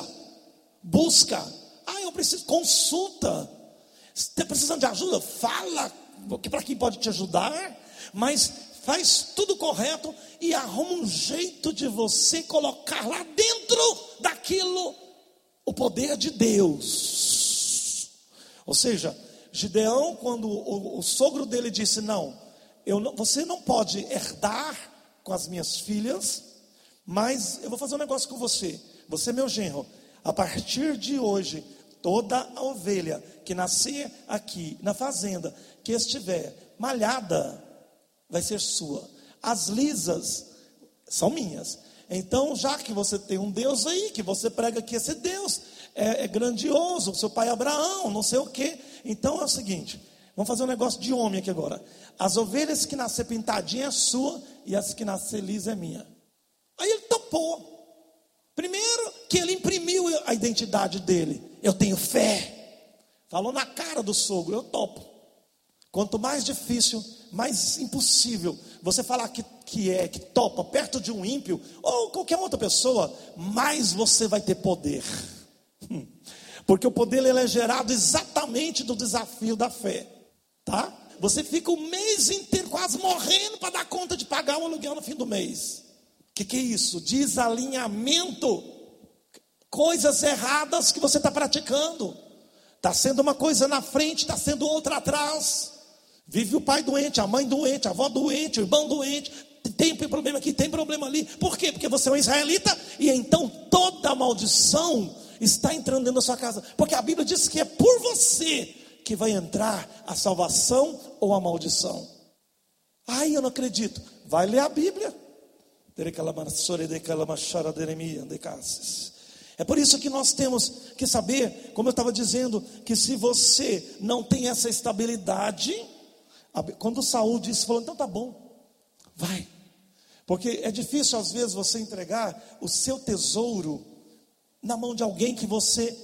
Eu preciso, consulta. Se está precisando de ajuda, fala para quem pode te ajudar, mas faz tudo correto e arruma um jeito de você colocar lá dentro daquilo o poder de Deus. Ou seja, Gideão, quando o sogro dele disse: você não pode herdar com as minhas filhas, mas eu vou fazer um negócio com você. Você é meu genro. A partir de hoje, toda a ovelha que nascer aqui na fazenda, que estiver malhada, vai ser sua. As lisas são minhas. Então, já que você tem um Deus aí, que você prega que esse Deus é grandioso, seu pai Abraão, não sei o quê. Então é o seguinte, vamos fazer um negócio de homem aqui agora. As ovelhas que nascer pintadinha é sua, e as que nascer lisa é minha. Aí ele topou. Primeiro que ele imprimiu a identidade dele. Eu tenho fé. Falou na cara do sogro: eu topo. Quanto mais difícil, mais impossível você falar que topa perto de um ímpio ou qualquer outra pessoa, mais você vai ter poder. Porque o poder ele é gerado exatamente do desafio da fé, tá? Você fica o mês inteiro quase morrendo para dar conta de pagar o aluguel no fim do mês. O que é isso? Desalinhamento. Coisas erradas que você está praticando. Está sendo uma coisa na frente, está sendo outra atrás. Vive o pai doente, a mãe doente, a avó doente, o irmão doente. Tem problema aqui, tem problema ali. Por quê? Porque você é um israelita e então toda a maldição está entrando dentro da sua casa. Porque a Bíblia diz que é por você que vai entrar a salvação ou a maldição. Ai, eu não acredito. Vai ler a Bíblia. É por isso que nós temos que saber, como eu estava dizendo, que se você não tem essa estabilidade, quando Saul disse, falou: então tá bom, vai. Porque é difícil às vezes você entregar o seu tesouro na mão de alguém que você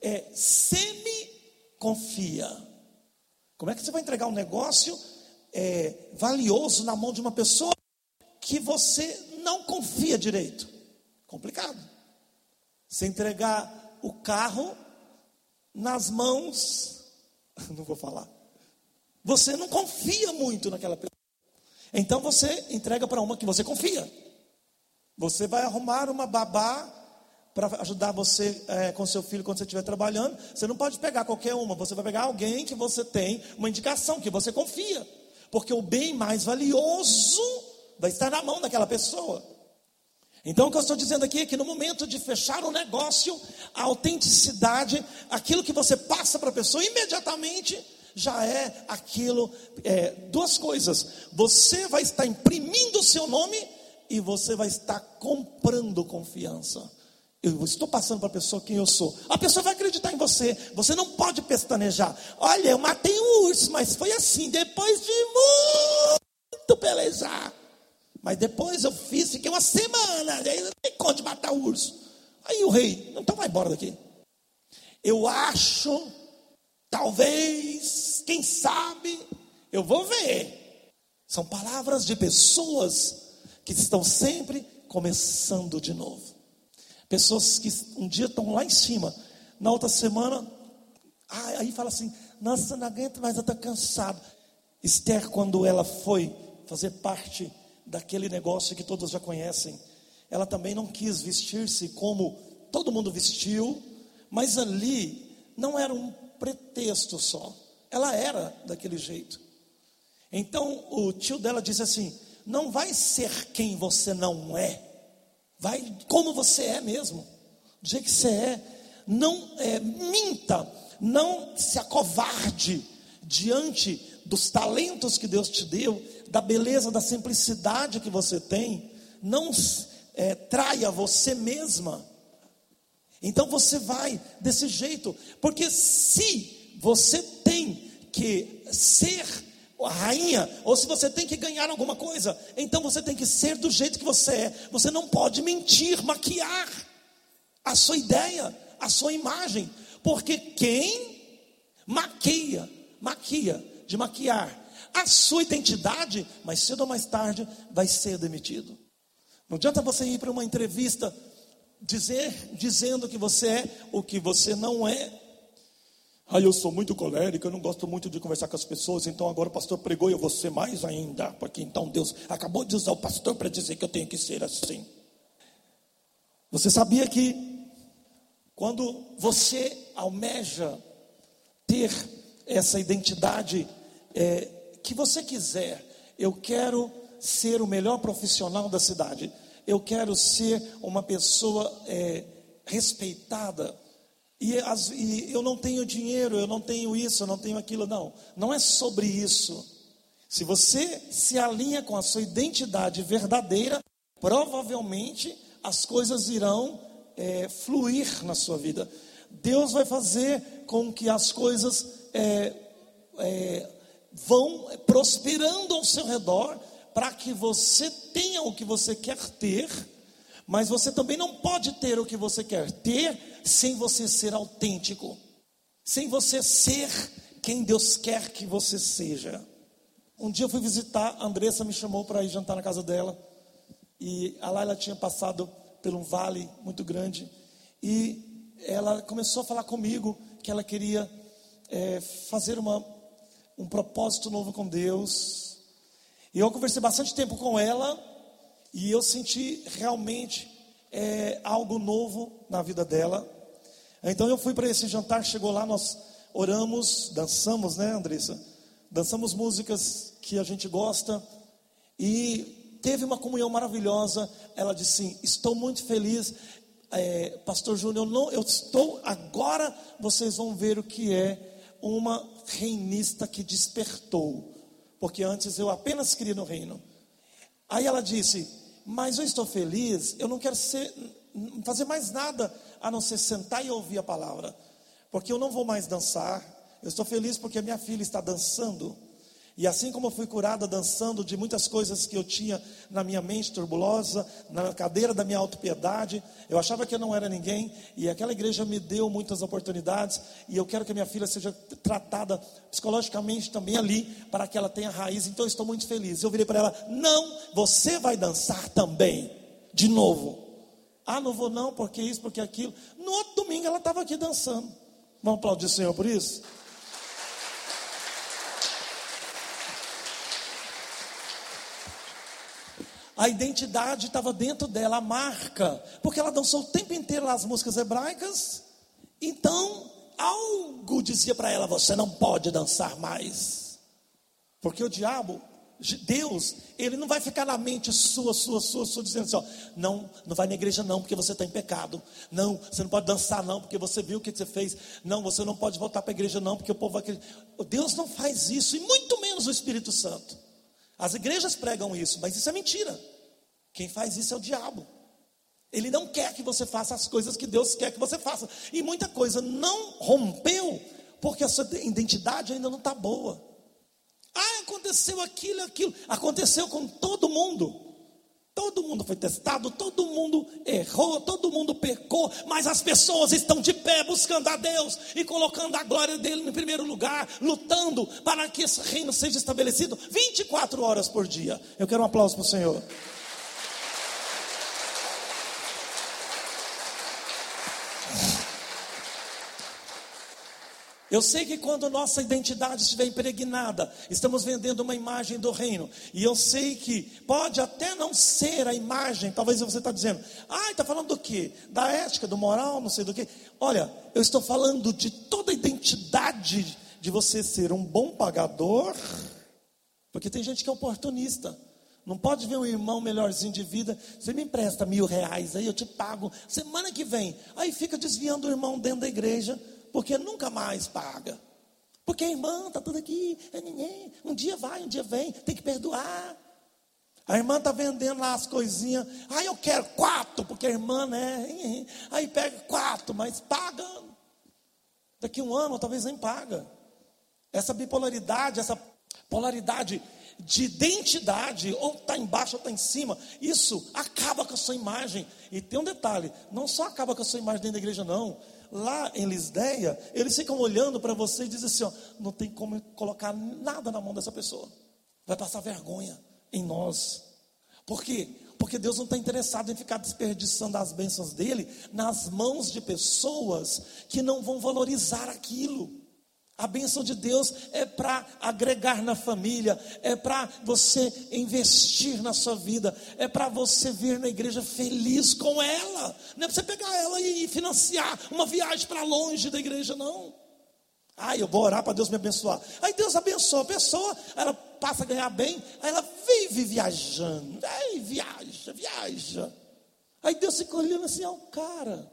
semi-confia. Como é que você vai entregar um negócio valioso na mão de uma pessoa que você não confia direito? Complicado. Você entregar o carro nas mãos, não vou falar, você não confia muito naquela pessoa. Então você entrega para uma que você confia. Você vai arrumar uma babá para ajudar você com seu filho quando você estiver trabalhando. Você não pode pegar qualquer uma, você vai pegar alguém que você tem uma indicação, que você confia. Porque o bem mais valioso vai estar na mão daquela pessoa. Então o que eu estou dizendo aqui é que no momento de fechar o negócio, a autenticidade, aquilo que você passa para a pessoa, imediatamente já é aquilo, duas coisas. Você vai estar imprimindo o seu nome e você vai estar comprando confiança. Eu estou passando para a pessoa quem eu sou. A pessoa vai acreditar em você. Você não pode pestanejar. Olha, eu matei um urso, mas foi assim, depois de muito pelejar. Mas depois eu fiquei uma semana, aí não tem conta de matar o urso. Aí o rei, então vai embora daqui. Eu acho, talvez, quem sabe, eu vou ver. São palavras de pessoas que estão sempre começando de novo. Pessoas que um dia estão lá em cima, na outra semana, aí fala assim: nossa, não aguento mais, eu estou cansado. Esther, quando ela foi fazer parte daquele negócio que todos já conhecem, ela também não quis vestir-se como todo mundo vestiu, mas ali não era um pretexto só. Ela era daquele jeito. Então o tio dela disse assim: não vai ser quem você não é, vai como você é mesmo, do jeito que você é. Não minta, não se acovarde diante dos talentos que Deus te deu, da beleza, da simplicidade que você tem. Não traia você mesma. Então você vai desse jeito, porque se você tem que ser a rainha, ou se você tem que ganhar alguma coisa, então você tem que ser do jeito que você é. Você não pode mentir, maquiar a sua ideia, a sua imagem, porque quem maquia de maquiar a sua identidade, mais cedo ou mais tarde vai ser demitido. Não adianta você ir para uma entrevista dizendo que você é o que você não é. Eu sou muito colérico, eu não gosto muito de conversar com as pessoas, então agora o pastor pregou e eu vou ser mais ainda, porque então Deus acabou de usar o pastor para dizer que eu tenho que ser assim. Você sabia que quando você almeja ter essa identidade que você quiser, eu quero ser o melhor profissional da cidade, eu quero ser uma pessoa respeitada, e eu não tenho dinheiro, eu não tenho isso, eu não tenho aquilo. Não é sobre isso. Se você se alinha com a sua identidade verdadeira, provavelmente as coisas irão fluir na sua vida. Deus vai fazer com que as coisas vão prosperando ao seu redor, para que você tenha o que você quer ter. Mas você também não pode ter o que você quer ter sem você ser autêntico, sem você ser quem Deus quer que você seja. Um dia eu fui visitar, a Andressa me chamou para ir jantar na casa dela, e a Laila tinha passado por um vale muito grande, e ela começou a falar comigo que ela queria fazer um propósito novo com Deus. E eu conversei bastante tempo com ela, e eu senti realmente algo novo na vida dela. Então eu fui para esse jantar, chegou lá, nós oramos, dançamos, né, Andressa? Dançamos músicas que a gente gosta, e teve uma comunhão maravilhosa. Ela disse assim: estou muito feliz, pastor Júnior, eu estou, agora vocês vão ver o que é uma reinista que despertou, porque antes eu apenas queria no reino. Aí ela disse: mas eu estou feliz, eu não quero fazer mais nada a não ser sentar e ouvir a palavra, porque eu não vou mais dançar. Eu estou feliz porque a minha filha está dançando, e assim como eu fui curada dançando de muitas coisas que eu tinha na minha mente turbulosa, na cadeira da minha autopiedade, eu achava que eu não era ninguém, e aquela igreja me deu muitas oportunidades, e eu quero que a minha filha seja tratada psicologicamente também ali, para que ela tenha raiz. Então eu estou muito feliz. Eu virei para ela: não, você vai dançar também, de novo. Não vou não, porque isso, porque aquilo. No outro domingo ela estava aqui dançando. Vamos aplaudir o Senhor por isso? A identidade estava dentro dela, a marca, porque ela dançou o tempo inteiro as músicas hebraicas. Então algo dizia para ela: você não pode dançar mais, porque o diabo, Deus, ele não vai ficar na mente sua dizendo assim: não vai na igreja não, porque você está em pecado. Não, você não pode dançar não, porque você viu o que você fez. Não, você não pode voltar para a igreja não, porque o povo vai querer. Deus não faz isso, e muito menos o Espírito Santo. As igrejas pregam isso, mas isso é mentira. Quem faz isso é o diabo. Ele não quer que você faça as coisas que Deus quer que você faça. E muita coisa não rompeu, porque a sua identidade ainda não está boa. Aconteceu aquilo. Aconteceu com todo mundo. Todo mundo foi testado, todo mundo errou, todo mundo pecou, mas as pessoas estão de pé buscando a Deus e colocando a glória dele em primeiro lugar, lutando para que esse reino seja estabelecido 24 horas por dia. Eu quero um aplauso para o Senhor. Eu sei que quando nossa identidade estiver impregnada, estamos vendendo uma imagem do reino. E eu sei que pode até não ser a imagem. Talvez você está dizendo: está falando do quê? Da ética, do moral, não sei do quê. Olha, eu estou falando de toda a identidade de você ser um bom pagador, porque tem gente que é oportunista. Não pode ver um irmão melhorzinho de vida, você me empresta R$1.000, aí eu te pago semana que vem. Aí fica desviando o irmão dentro da igreja, porque nunca mais paga. Porque a irmã está tudo aqui, um dia vai, um dia vem, tem que perdoar. A irmã está vendendo lá as coisinhas, eu quero 4, porque a irmã, né? Aí pega 4, mas paga. Daqui um ano, talvez nem paga. Essa bipolaridade, essa polaridade de identidade, ou está embaixo ou está em cima, isso acaba com a sua imagem. E tem um detalhe, não só acaba com a sua imagem dentro da igreja, não. Lá em Lisdeia, eles ficam olhando para você e dizem assim, não tem como colocar nada na mão dessa pessoa. Vai passar vergonha em nós. Por quê? Porque Deus não está interessado em ficar desperdiçando as bênçãos dele nas mãos de pessoas que não vão valorizar aquilo. A bênção de Deus é para agregar na família, é para você investir na sua vida, é para você vir na igreja feliz com ela. Não é para você pegar ela e financiar uma viagem para longe da igreja, não. Eu vou orar para Deus me abençoar. Aí Deus abençoa a pessoa, ela passa a ganhar bem, aí ela vive viajando, viaja. Aí Deus fica olhando assim, cara,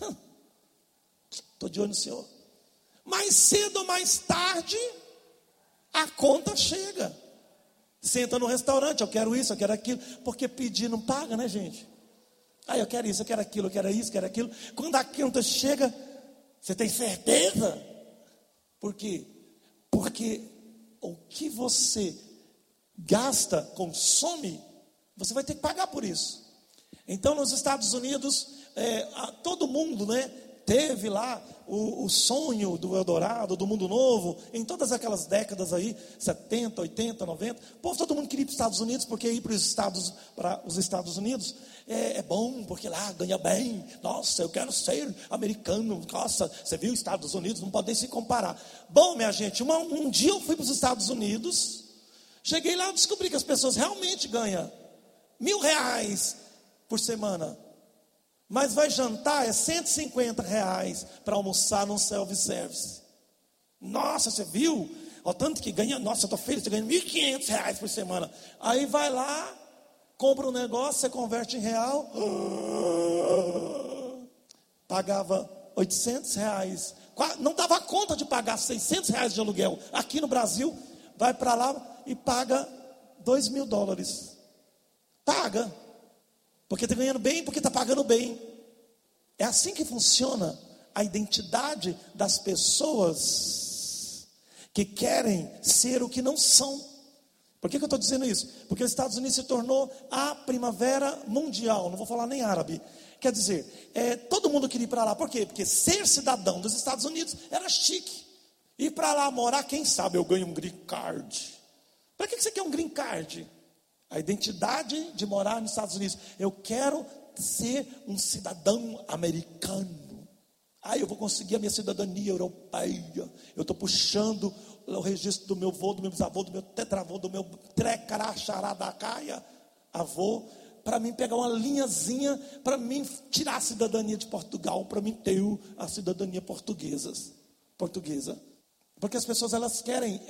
estou de olho no Senhor. Mais cedo ou mais tarde, a conta chega. Senta no restaurante, eu quero isso, eu quero aquilo. Porque pedir não paga, né, gente? Eu quero isso, eu quero aquilo, eu quero isso, eu quero aquilo. Quando a conta chega, você tem certeza? Por quê? Porque o que você gasta, consome, você vai ter que pagar por isso. Então, nos Estados Unidos, todo mundo, né, teve lá o sonho do Eldorado, do Mundo Novo, em todas aquelas décadas aí, 70, 80, 90. Todo mundo queria ir para os Estados Unidos, porque ir para os Estados Unidos é bom, porque lá ganha bem. Nossa, eu quero ser americano. Nossa, você viu os Estados Unidos, não podem se comparar. Bom, minha gente, um dia eu fui para os Estados Unidos, cheguei lá e descobri que as pessoas realmente ganham R$1.000 por semana. Mas vai jantar, R$150 para almoçar num self-service. Nossa, você viu? O tanto que ganha, nossa, eu estou feliz, você ganha R$1.500 por semana. Aí vai lá, compra um negócio, você converte em real. Pagava R$800. Não dava conta de pagar R$600 de aluguel. Aqui no Brasil, vai para lá e paga $2.000. Paga. Porque está ganhando bem, porque está pagando bem. É assim que funciona a identidade das pessoas que querem ser o que não são. Por que eu estou dizendo isso? Porque os Estados Unidos se tornou a primavera mundial. Não vou falar nem árabe. Quer dizer, todo mundo queria ir para lá. Por quê? Porque ser cidadão dos Estados Unidos era chique. Ir para lá morar, quem sabe eu ganho um green card. Para que você quer um green card? A identidade de morar nos Estados Unidos. Eu quero ser um cidadão americano. Eu vou conseguir a minha cidadania europeia. Eu estou puxando o registro do meu avô, do meu bisavô, do meu tetravô, do meu trecaracharadacaia avô, para mim pegar uma linhazinha, para mim tirar a cidadania de Portugal, para mim ter a cidadania portuguesa. Porque as pessoas elas querem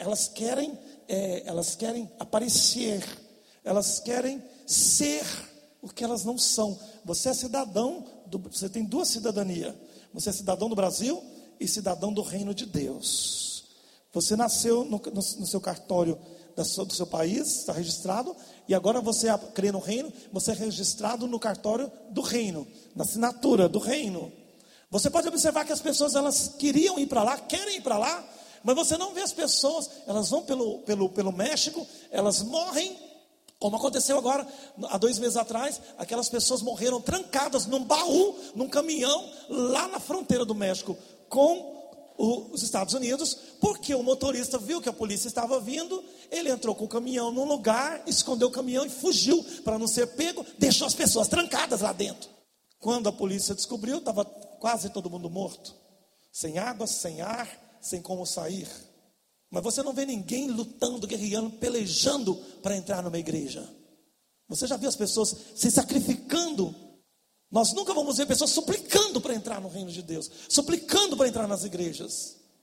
aparecer. Elas querem ser o que elas não são. Você é cidadão, você tem duas cidadanias. Você é cidadão do Brasil e cidadão do reino de Deus. Você nasceu no seu cartório do seu país, está registrado. E agora você crê no reino, você é registrado no cartório do reino, na assinatura do reino. Você pode observar que as pessoas elas queriam ir para lá, querem ir para lá, mas você não vê as pessoas, elas vão pelo México, elas morrem. Como aconteceu agora, há 2 meses atrás, aquelas pessoas morreram trancadas num baú, num caminhão, lá na fronteira do México, com os Estados Unidos, porque o motorista viu que a polícia estava vindo, ele entrou com o caminhão num lugar, escondeu o caminhão e fugiu, para não ser pego, deixou as pessoas trancadas lá dentro. Quando a polícia descobriu, estava quase todo mundo morto, sem água, sem ar, sem como sair. Mas você não vê ninguém lutando, guerreando, pelejando para entrar numa igreja. Você já viu as pessoas se sacrificando? Nós nunca vamos ver pessoas suplicando para entrar no reino de Deus, suplicando para entrar nas igrejas.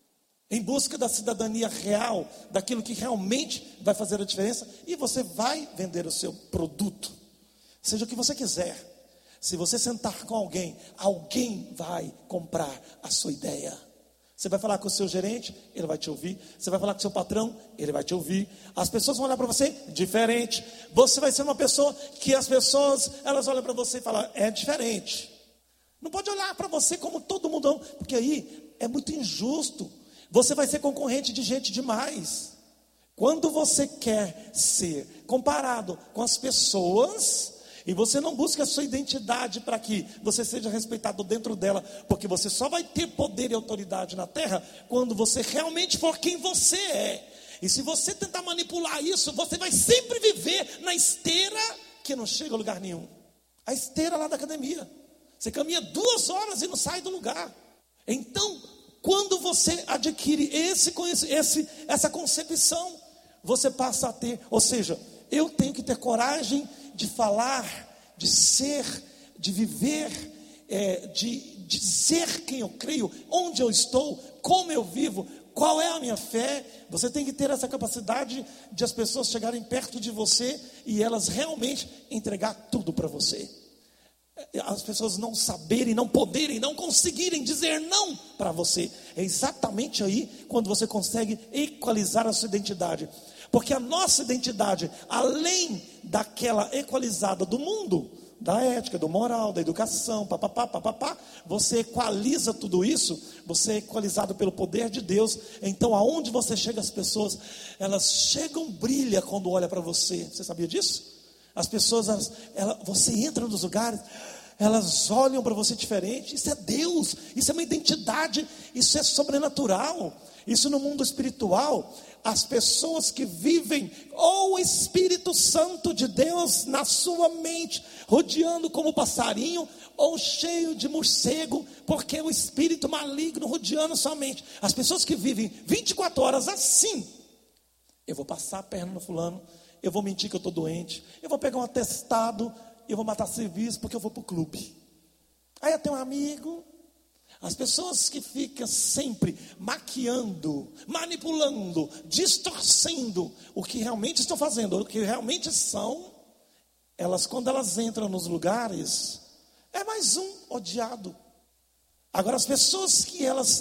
em busca da cidadania real, daquilo que realmente vai fazer a diferença, e você vai vender o seu produto, seja o que você quiser. Se você sentar com alguém, alguém vai comprar a sua ideia. Você vai falar com o seu gerente, ele vai te ouvir. Você vai falar com o seu patrão, ele vai te ouvir. As pessoas vão olhar para você diferente. Você vai ser uma pessoa que as pessoas, elas olham para você e falam, é diferente. Não pode olhar para você como todo mundo não, porque aí é muito injusto. Você vai ser concorrente de gente demais. Quando você quer ser comparado com as pessoas, e você não busca a sua identidade para que você seja respeitado dentro dela, porque você só vai ter poder e autoridade na terra quando você realmente for quem você é. E se você tentar manipular isso, você vai sempre viver na esteira que não chega a lugar nenhum. A esteira lá da academia. Você caminha 2 horas e não sai do lugar. Então, quando você adquire essa concepção, você passa a ter, ou seja, eu tenho que ter coragem de falar, de ser, de viver, de ser quem eu creio, onde eu estou, como eu vivo, qual é a minha fé. Você tem que ter essa capacidade de as pessoas chegarem perto de você e elas realmente entregar tudo para você. As pessoas não saberem, não poderem, não conseguirem dizer não para você. É exatamente aí quando você consegue equalizar a sua identidade. Porque a nossa identidade, além daquela equalizada do mundo, da ética, do moral, da educação, papapá, você equaliza tudo isso, você é equalizado pelo poder de Deus. Então aonde você chega, as pessoas, elas chegam, brilha quando olha para você. Você sabia disso? As pessoas, você entra nos lugares, elas olham para você diferente. Isso é Deus, isso é uma identidade, isso é sobrenatural. Isso no mundo espiritual, as pessoas que vivem o Espírito Santo de Deus na sua mente, rodeando como passarinho, ou cheio de morcego, porque é o espírito maligno rodeando sua mente. As pessoas que vivem 24 horas assim, eu vou passar a perna no fulano, eu vou mentir que eu estou doente, eu vou pegar um atestado, eu vou matar serviço porque eu vou para o clube. Aí eu tenho um amigo. As pessoas que ficam sempre maquiando, manipulando, distorcendo o que realmente estão fazendo, o que realmente são, elas, quando elas entram nos lugares, é mais um odiado. Agora as pessoas que elas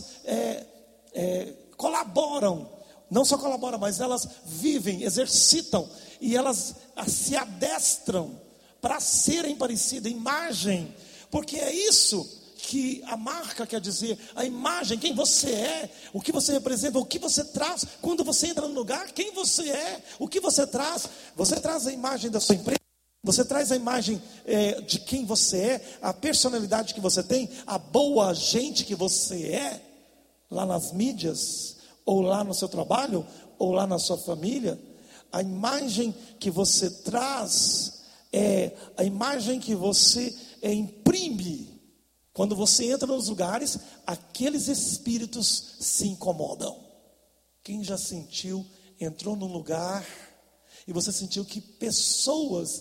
colaboram, não só colaboram, mas elas vivem, exercitam, e elas se adestram para serem parecidas, imagem, porque é isso que a marca quer dizer, a imagem, quem você é, o que você representa, o que você traz, quando você entra no lugar, quem você é, o que você traz a imagem da sua empresa, você traz a imagem de quem você é, a personalidade que você tem, a boa gente que você é, lá nas mídias, ou lá no seu trabalho, ou lá na sua família. A imagem que você traz, a imagem que você imprime. Quando você entra nos lugares, aqueles espíritos se incomodam. Quem já sentiu, entrou num lugar e você sentiu que pessoas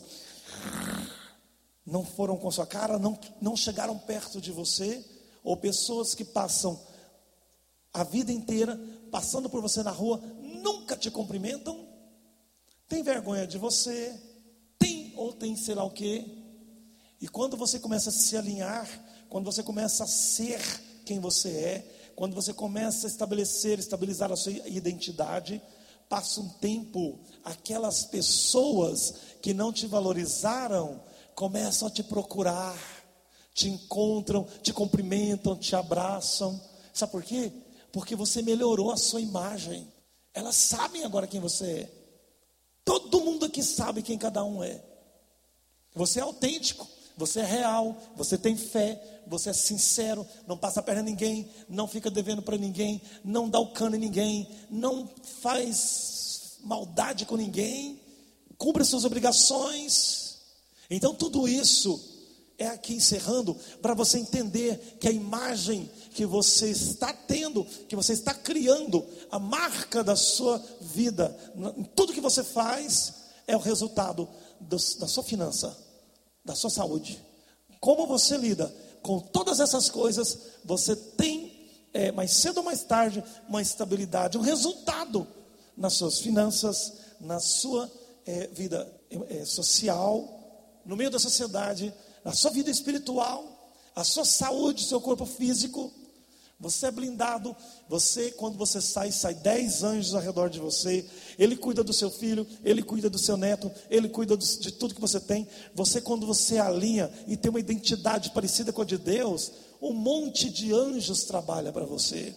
não foram com sua cara, não chegaram perto de você, ou pessoas que passam a vida inteira passando por você na rua, nunca te cumprimentam, tem vergonha de você, tem sei lá o quê. E quando você começa a se alinhar, quando você começa a ser quem você é, quando você começa a estabilizar a sua identidade, passa um tempo, aquelas pessoas que não te valorizaram, começam a te procurar, te encontram, te cumprimentam, te abraçam. Sabe por quê? Porque você melhorou a sua imagem. Elas sabem agora quem você é. Todo mundo aqui sabe quem cada um é. Você é autêntico, você é real, você tem fé, você é sincero, não passa a perna a ninguém, não fica devendo para ninguém, não dá o cano em ninguém, não faz maldade com ninguém, cumpre suas obrigações. Então tudo isso é aqui encerrando, para você entender que a imagem que você está tendo, que você está criando, a marca da sua vida, em tudo que você faz, é o resultado da sua finança, da sua saúde. Como você lida com todas essas coisas, você tem mais cedo ou mais tarde, uma estabilidade, um resultado nas suas finanças, na sua vida social, no meio da sociedade, na sua vida espiritual, a sua saúde, seu corpo físico. Você é blindado. Você, quando você sai 10 anjos ao redor de você. Ele cuida do seu filho, ele cuida do seu neto, ele cuida de tudo que você tem. Você, quando você alinha e tem uma identidade parecida com a de Deus, um monte de anjos trabalha para você.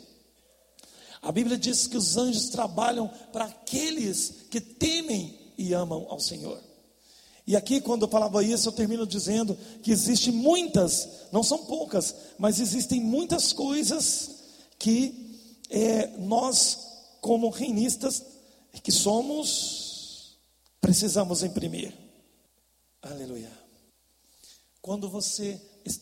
A Bíblia diz que os anjos trabalham para aqueles que temem e amam ao Senhor. E aqui, quando eu falava isso, eu termino dizendo que existem muitas, não são poucas, mas existem muitas coisas que nós, como reinistas que somos, precisamos imprimir. Aleluia. Quando você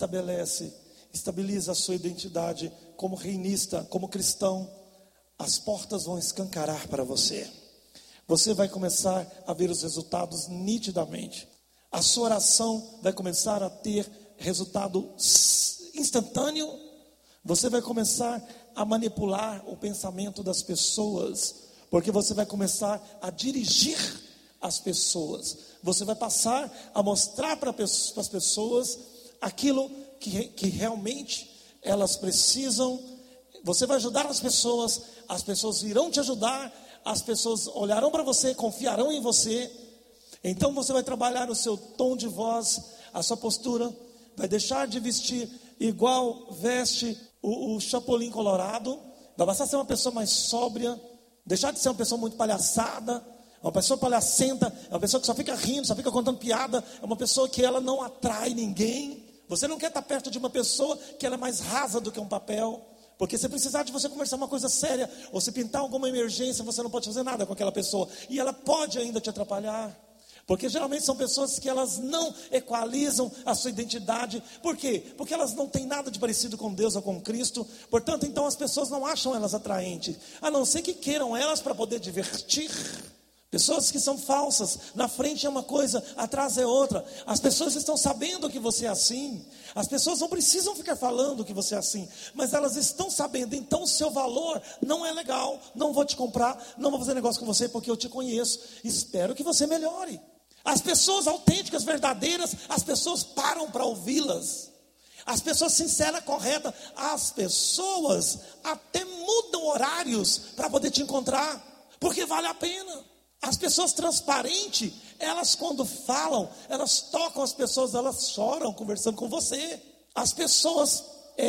estabiliza a sua identidade como reinista, como cristão, as portas vão escancarar para você. Você vai começar a ver os resultados nitidamente. A sua oração vai começar a ter resultado instantâneo. Você vai começar a manipular o pensamento das pessoas, porque você vai começar a dirigir as pessoas. Você vai passar a mostrar para as pessoas aquilo que realmente elas precisam. Você vai ajudar as pessoas irão te ajudar. As pessoas olharão para você, confiarão em você. Então você vai trabalhar o seu tom de voz, a sua postura. Vai deixar de vestir igual veste o Chapolin Colorado. Vai passar a ser uma pessoa mais sóbria. Deixar de ser uma pessoa muito palhaçada. Uma pessoa palhacenta. É uma pessoa que só fica rindo, só fica contando piada. É uma pessoa que ela não atrai ninguém. Você não quer estar perto de uma pessoa que ela é mais rasa do que um papel. Porque se precisar de você conversar uma coisa séria, ou se pintar alguma emergência, você não pode fazer nada com aquela pessoa. E ela pode ainda te atrapalhar. Porque geralmente são pessoas que elas não equalizam a sua identidade. Por quê? Porque elas não têm nada de parecido com Deus ou com Cristo. Portanto, então as pessoas não acham elas atraentes. A não ser que queiram elas para poder divertir. Pessoas que são falsas, na frente é uma coisa, atrás é outra. As pessoas estão sabendo que você é assim. As pessoas não precisam ficar falando que você é assim, mas elas estão sabendo. Então o seu valor não é legal. Não vou te comprar, não vou fazer negócio com você porque eu te conheço. Espero que você melhore. As pessoas autênticas, verdadeiras, as pessoas param para ouvi-las. As pessoas sinceras, corretas, as pessoas até mudam horários para poder te encontrar, porque vale a pena. As pessoas transparentes, elas quando falam, elas tocam as pessoas, elas choram conversando com você. As pessoas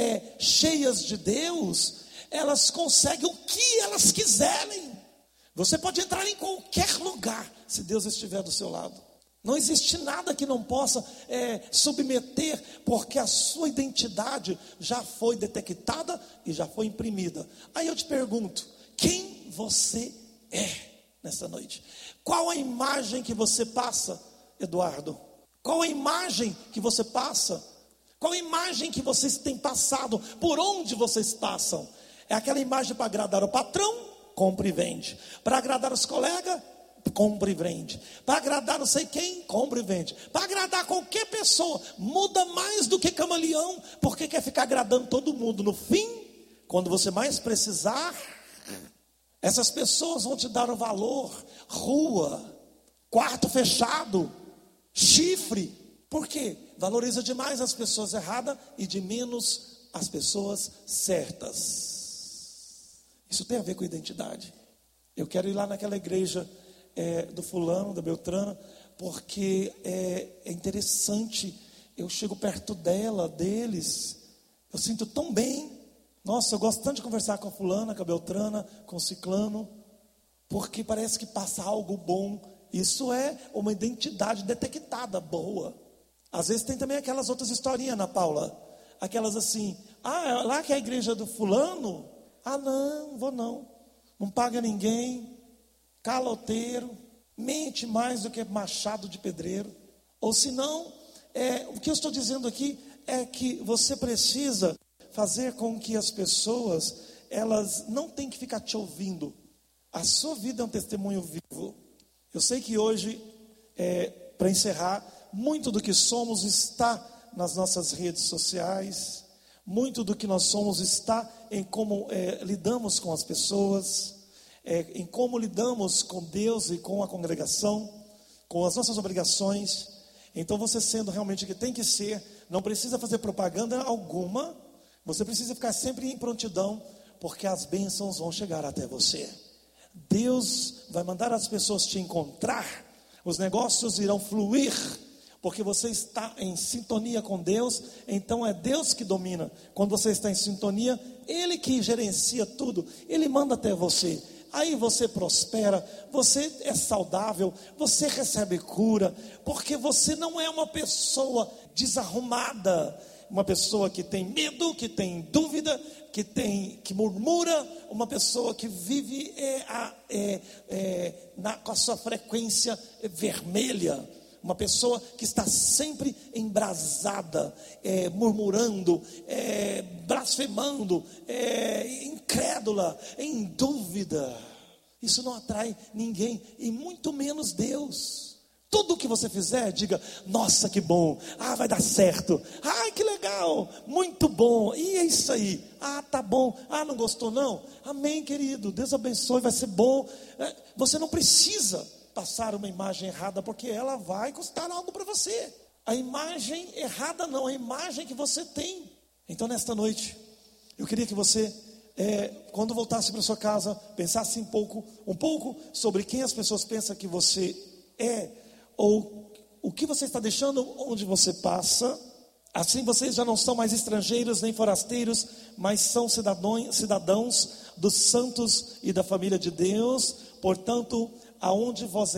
cheias de Deus, elas conseguem o que elas quiserem. Você pode entrar em qualquer lugar, se Deus estiver do seu lado. Não existe nada que não possa submeter, porque a sua identidade já foi detectada e já foi imprimida. Aí eu te pergunto, quem você é? Nessa noite, qual a imagem que você passa, Eduardo? Qual a imagem que você passa? Qual a imagem que vocês têm passado? Por onde vocês passam? É aquela imagem para agradar o patrão? Compre e vende. Para agradar os colegas? Compre e vende. Para agradar não sei quem? Compre e vende. Para agradar qualquer pessoa, muda mais do que camaleão, porque quer ficar agradando todo mundo. No fim, quando você mais precisar, essas pessoas vão te dar o valor, rua, quarto fechado, chifre. Por quê? Valoriza demais as pessoas erradas e de menos as pessoas certas. Isso tem a ver com identidade. Eu quero ir lá naquela igreja do fulano, da Beltrana, porque é interessante. Eu chego perto deles, eu sinto tão bem. Nossa, eu gosto tanto de conversar com a fulana, com a Beltrana, com o ciclano, porque parece que passa algo bom. Isso é uma identidade detectada, boa. Às vezes tem também aquelas outras historinhas, Ana Paula. Aquelas assim, lá que é a igreja do fulano? Não vou não. Não paga ninguém, caloteiro, mente mais do que machado de pedreiro. Ou se não, o que eu estou dizendo aqui é que você precisa fazer com que as pessoas, elas não têm que ficar te ouvindo. A sua vida é um testemunho vivo. Eu sei que hoje, para encerrar, muito do que somos está nas nossas redes sociais. Muito do que nós somos está em como lidamos com as pessoas, em como lidamos com Deus e com a congregação, com as nossas obrigações. Então você, sendo realmente o que tem que ser, não precisa fazer propaganda alguma, você precisa ficar sempre em prontidão, porque as bênçãos vão chegar até você. Deus vai mandar as pessoas te encontrar, os negócios irão fluir, porque você está em sintonia com Deus. Então é Deus que domina. Quando você está em sintonia, Ele que gerencia tudo, Ele manda até você. Aí você prospera, você é saudável, você recebe cura, porque você não é uma pessoa desarrumada, uma pessoa que tem medo, que tem dúvida, que murmura, uma pessoa que vive com a sua frequência vermelha, uma pessoa que está sempre embrasada, murmurando, blasfemando, incrédula, em dúvida. Isso não atrai ninguém, e muito menos Deus. Tudo que você fizer, diga: nossa, que bom, vai dar certo, ai, que legal, muito bom, e é isso aí, tá bom, não gostou não, amém, querido, Deus abençoe, vai ser bom. Você não precisa passar uma imagem errada, porque ela vai custar algo para você. A imagem errada não, a imagem que você tem. Então nesta noite, eu queria que você, quando voltasse para sua casa, pensasse um pouco sobre quem as pessoas pensam que você é, ou o que você está deixando onde você passa. Assim vocês já não são mais estrangeiros nem forasteiros, mas são cidadãos dos santos e da família de Deus. Portanto, aonde vós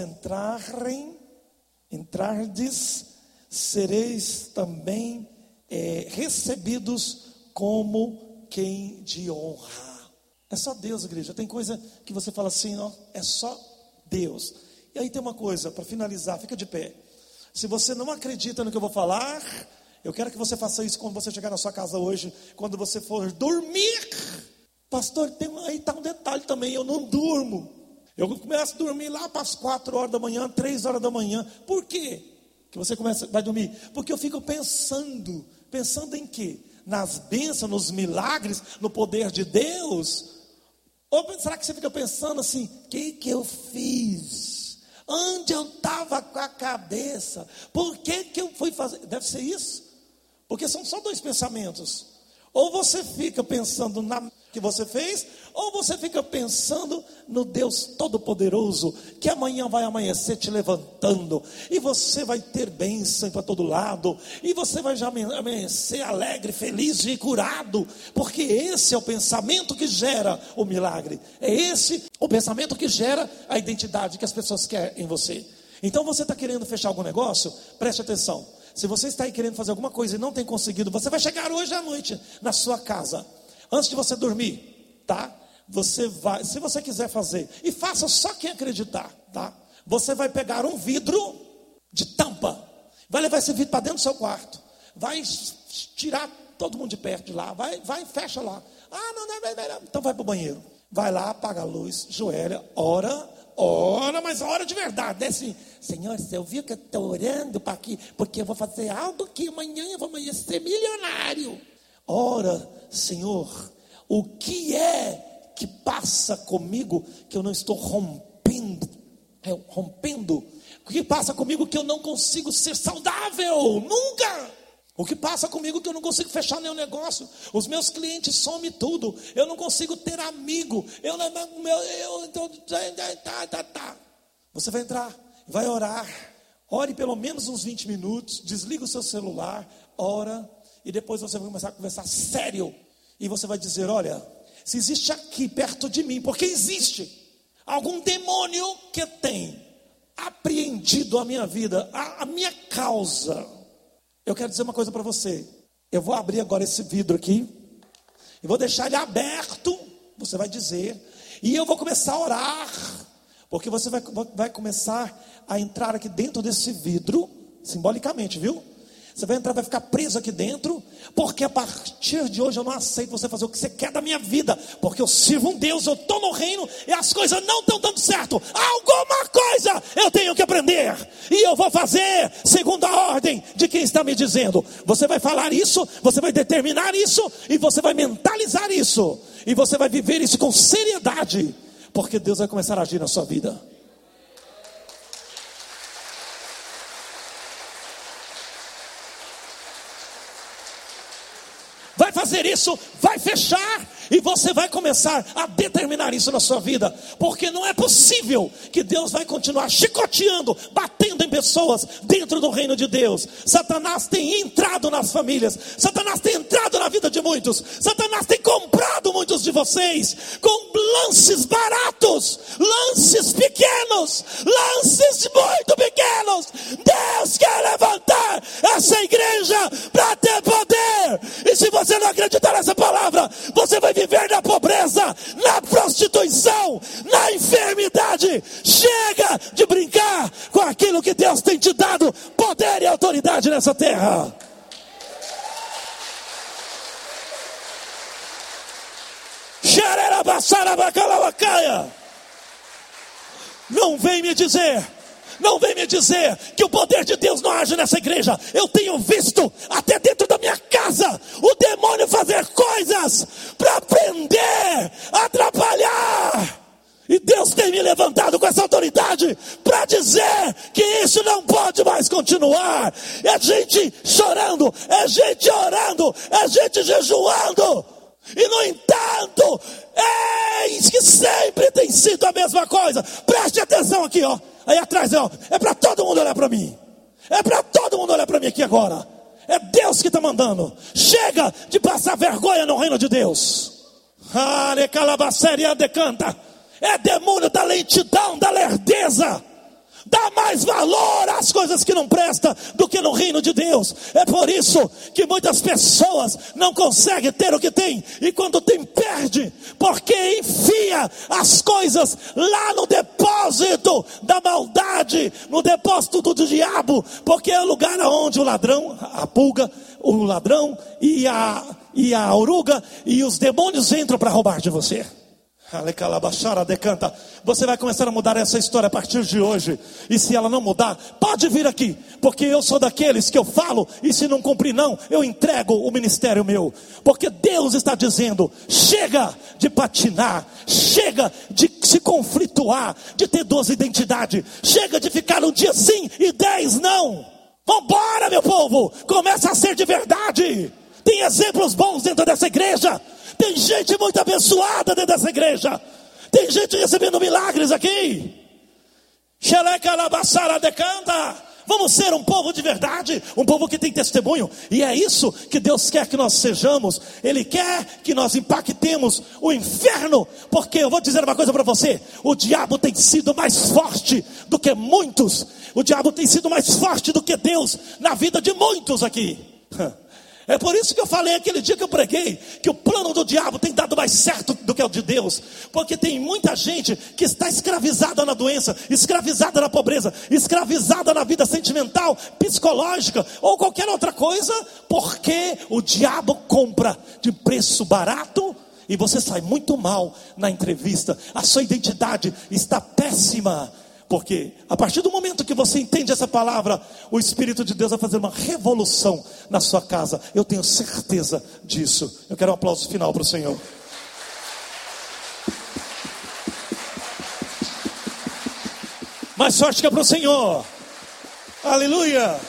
entrardes, sereis também recebidos como quem de honra. É só Deus, igreja. Tem coisa que você fala assim, é só Deus. E aí tem uma coisa, para finalizar, fica de pé. Se você não acredita no que eu vou falar, eu quero que você faça isso quando você chegar na sua casa hoje, quando você for dormir. Pastor, aí está um detalhe também, eu não durmo. Eu começo a dormir lá para as 4 horas da manhã, 3 horas da manhã. Por quê que você vai dormir? Porque eu fico pensando em quê? Nas bênçãos, nos milagres, no poder de Deus? Ou será que você fica pensando assim, o que eu fiz? Onde eu estava com a cabeça? Por que eu fui fazer? Deve ser isso. Porque são só 2 pensamentos. Ou você fica pensando na que você fez, ou você fica pensando no Deus Todo-Poderoso, que amanhã vai amanhecer te levantando, e você vai ter bênção para todo lado, e você vai já amanhecer alegre, feliz e curado, porque esse é o pensamento que gera o milagre, é esse o pensamento que gera a identidade que as pessoas querem em você. Então você está querendo fechar algum negócio? Preste atenção. Se você está aí querendo fazer alguma coisa e não tem conseguido, você vai chegar hoje à noite na sua casa, antes de você dormir, tá? Você vai, se você quiser fazer, e faça só quem acreditar, tá? Você vai pegar um vidro de tampa, vai levar esse vidro para dentro do seu quarto, vai tirar todo mundo de perto de lá, vai fecha lá. Não, então vai para o banheiro, vai lá, apaga a luz, joelha, ora, mas ora de verdade, assim, Senhor, você ouviu que eu estou orando para aqui, porque eu vou fazer algo que amanhã eu vou amanhecer milionário. Ora, Senhor, o que é que passa comigo que eu não estou rompendo? O que passa comigo que eu não consigo ser saudável? Nunca! O que passa comigo que eu não consigo fechar nenhum negócio? Os meus clientes somem tudo. Eu não consigo ter amigo. Você vai entrar, vai orar. Ore pelo menos uns 20 minutos. Desliga o seu celular, ora. E depois você vai começar a conversar sério. E você vai dizer, olha, se existe aqui perto de mim, porque existe algum demônio que tem apreendido a minha vida, a minha causa. Eu quero dizer uma coisa para você. Eu vou abrir agora esse vidro aqui. E vou deixar ele aberto. Você vai dizer. E eu vou começar a orar. Porque você vai começar a entrar aqui dentro desse vidro. Simbolicamente, viu? Você vai entrar, vai ficar preso aqui dentro, porque a partir de hoje eu não aceito você fazer o que você quer da minha vida, porque eu sirvo um Deus, eu estou no reino e as coisas não estão dando certo. Alguma coisa eu tenho que aprender, e eu vou fazer segundo a ordem de quem está me dizendo. Você vai falar isso, você vai determinar isso, e você vai mentalizar isso, e você vai viver isso com seriedade, porque Deus vai começar a agir na sua vida. Vai fazer isso, vai fechar, e você vai começar a determinar isso na sua vida, porque não é possível que Deus vai continuar chicoteando, batendo em pessoas dentro do reino de Deus. Satanás tem entrado nas famílias, Satanás tem entrado na vida de muitos, Satanás tem comprado muitos de vocês com lances baratos, lances pequenos, lances muito pequenos. Deus quer levantar essa igreja para ter poder, e se você não acreditar nessa palavra, você vai viver na pobreza, na prostituição, na enfermidade. Chega de brincar com aquilo que Deus tem te dado, poder e autoridade nessa terra. Não vem me dizer que o poder de Deus não age nessa igreja. Eu tenho visto até dentro da minha casa o demônio fazer coisas para prender, atrapalhar, e Deus tem me levantado com essa autoridade para dizer que isso não pode mais continuar. É gente chorando, é gente orando, é gente jejuando, e no entanto, eis que sempre tem sido a mesma coisa. Preste atenção aqui, ó. Aí atrás, ó, é para todo mundo olhar para mim. É para todo mundo olhar para mim aqui agora. É Deus que está mandando. Chega de passar vergonha no reino de Deus. É demônio da lentidão, da lerdeza. Dá mais valor às coisas que não prestam do que no reino de Deus. É por isso que muitas pessoas não conseguem ter o que tem, e quando tem, perde, porque enfia as coisas lá no depósito da maldade, no depósito do diabo, porque é o lugar onde o ladrão, a pulga, o ladrão e a oruga e os demônios entram para roubar de você. Você vai começar a mudar essa história a partir de hoje. E se ela não mudar, pode vir aqui, porque eu sou daqueles que eu falo, e se não cumprir não, eu entrego o ministério meu. Porque Deus está dizendo: chega de patinar, chega de se conflituar, de ter 12 identidades, chega de ficar um dia sim e 10 não. Vambora, meu povo, começa a ser de verdade. Tem exemplos bons dentro dessa igreja. Tem gente muito abençoada dentro dessa igreja. Tem gente recebendo milagres aqui. Vamos ser um povo de verdade, um povo que tem testemunho. E é isso que Deus quer que nós sejamos. Ele quer que nós impactemos o inferno. Porque eu vou dizer uma coisa para você: o diabo tem sido mais forte do que muitos. O diabo tem sido mais forte do que Deus na vida de muitos aqui. É por isso que eu falei aquele dia que eu preguei, que o plano do diabo tem dado mais certo do que o de Deus. Porque tem muita gente que está escravizada na doença, escravizada na pobreza, escravizada na vida sentimental, psicológica ou qualquer outra coisa, porque o diabo compra de preço barato e você sai muito mal na entrevista. A sua identidade está péssima. Porque a partir do momento que você entende essa palavra, o Espírito de Deus vai fazer uma revolução na sua casa. Eu tenho certeza disso. Eu quero um aplauso final para o Senhor. Mais forte que é para o Senhor. Aleluia.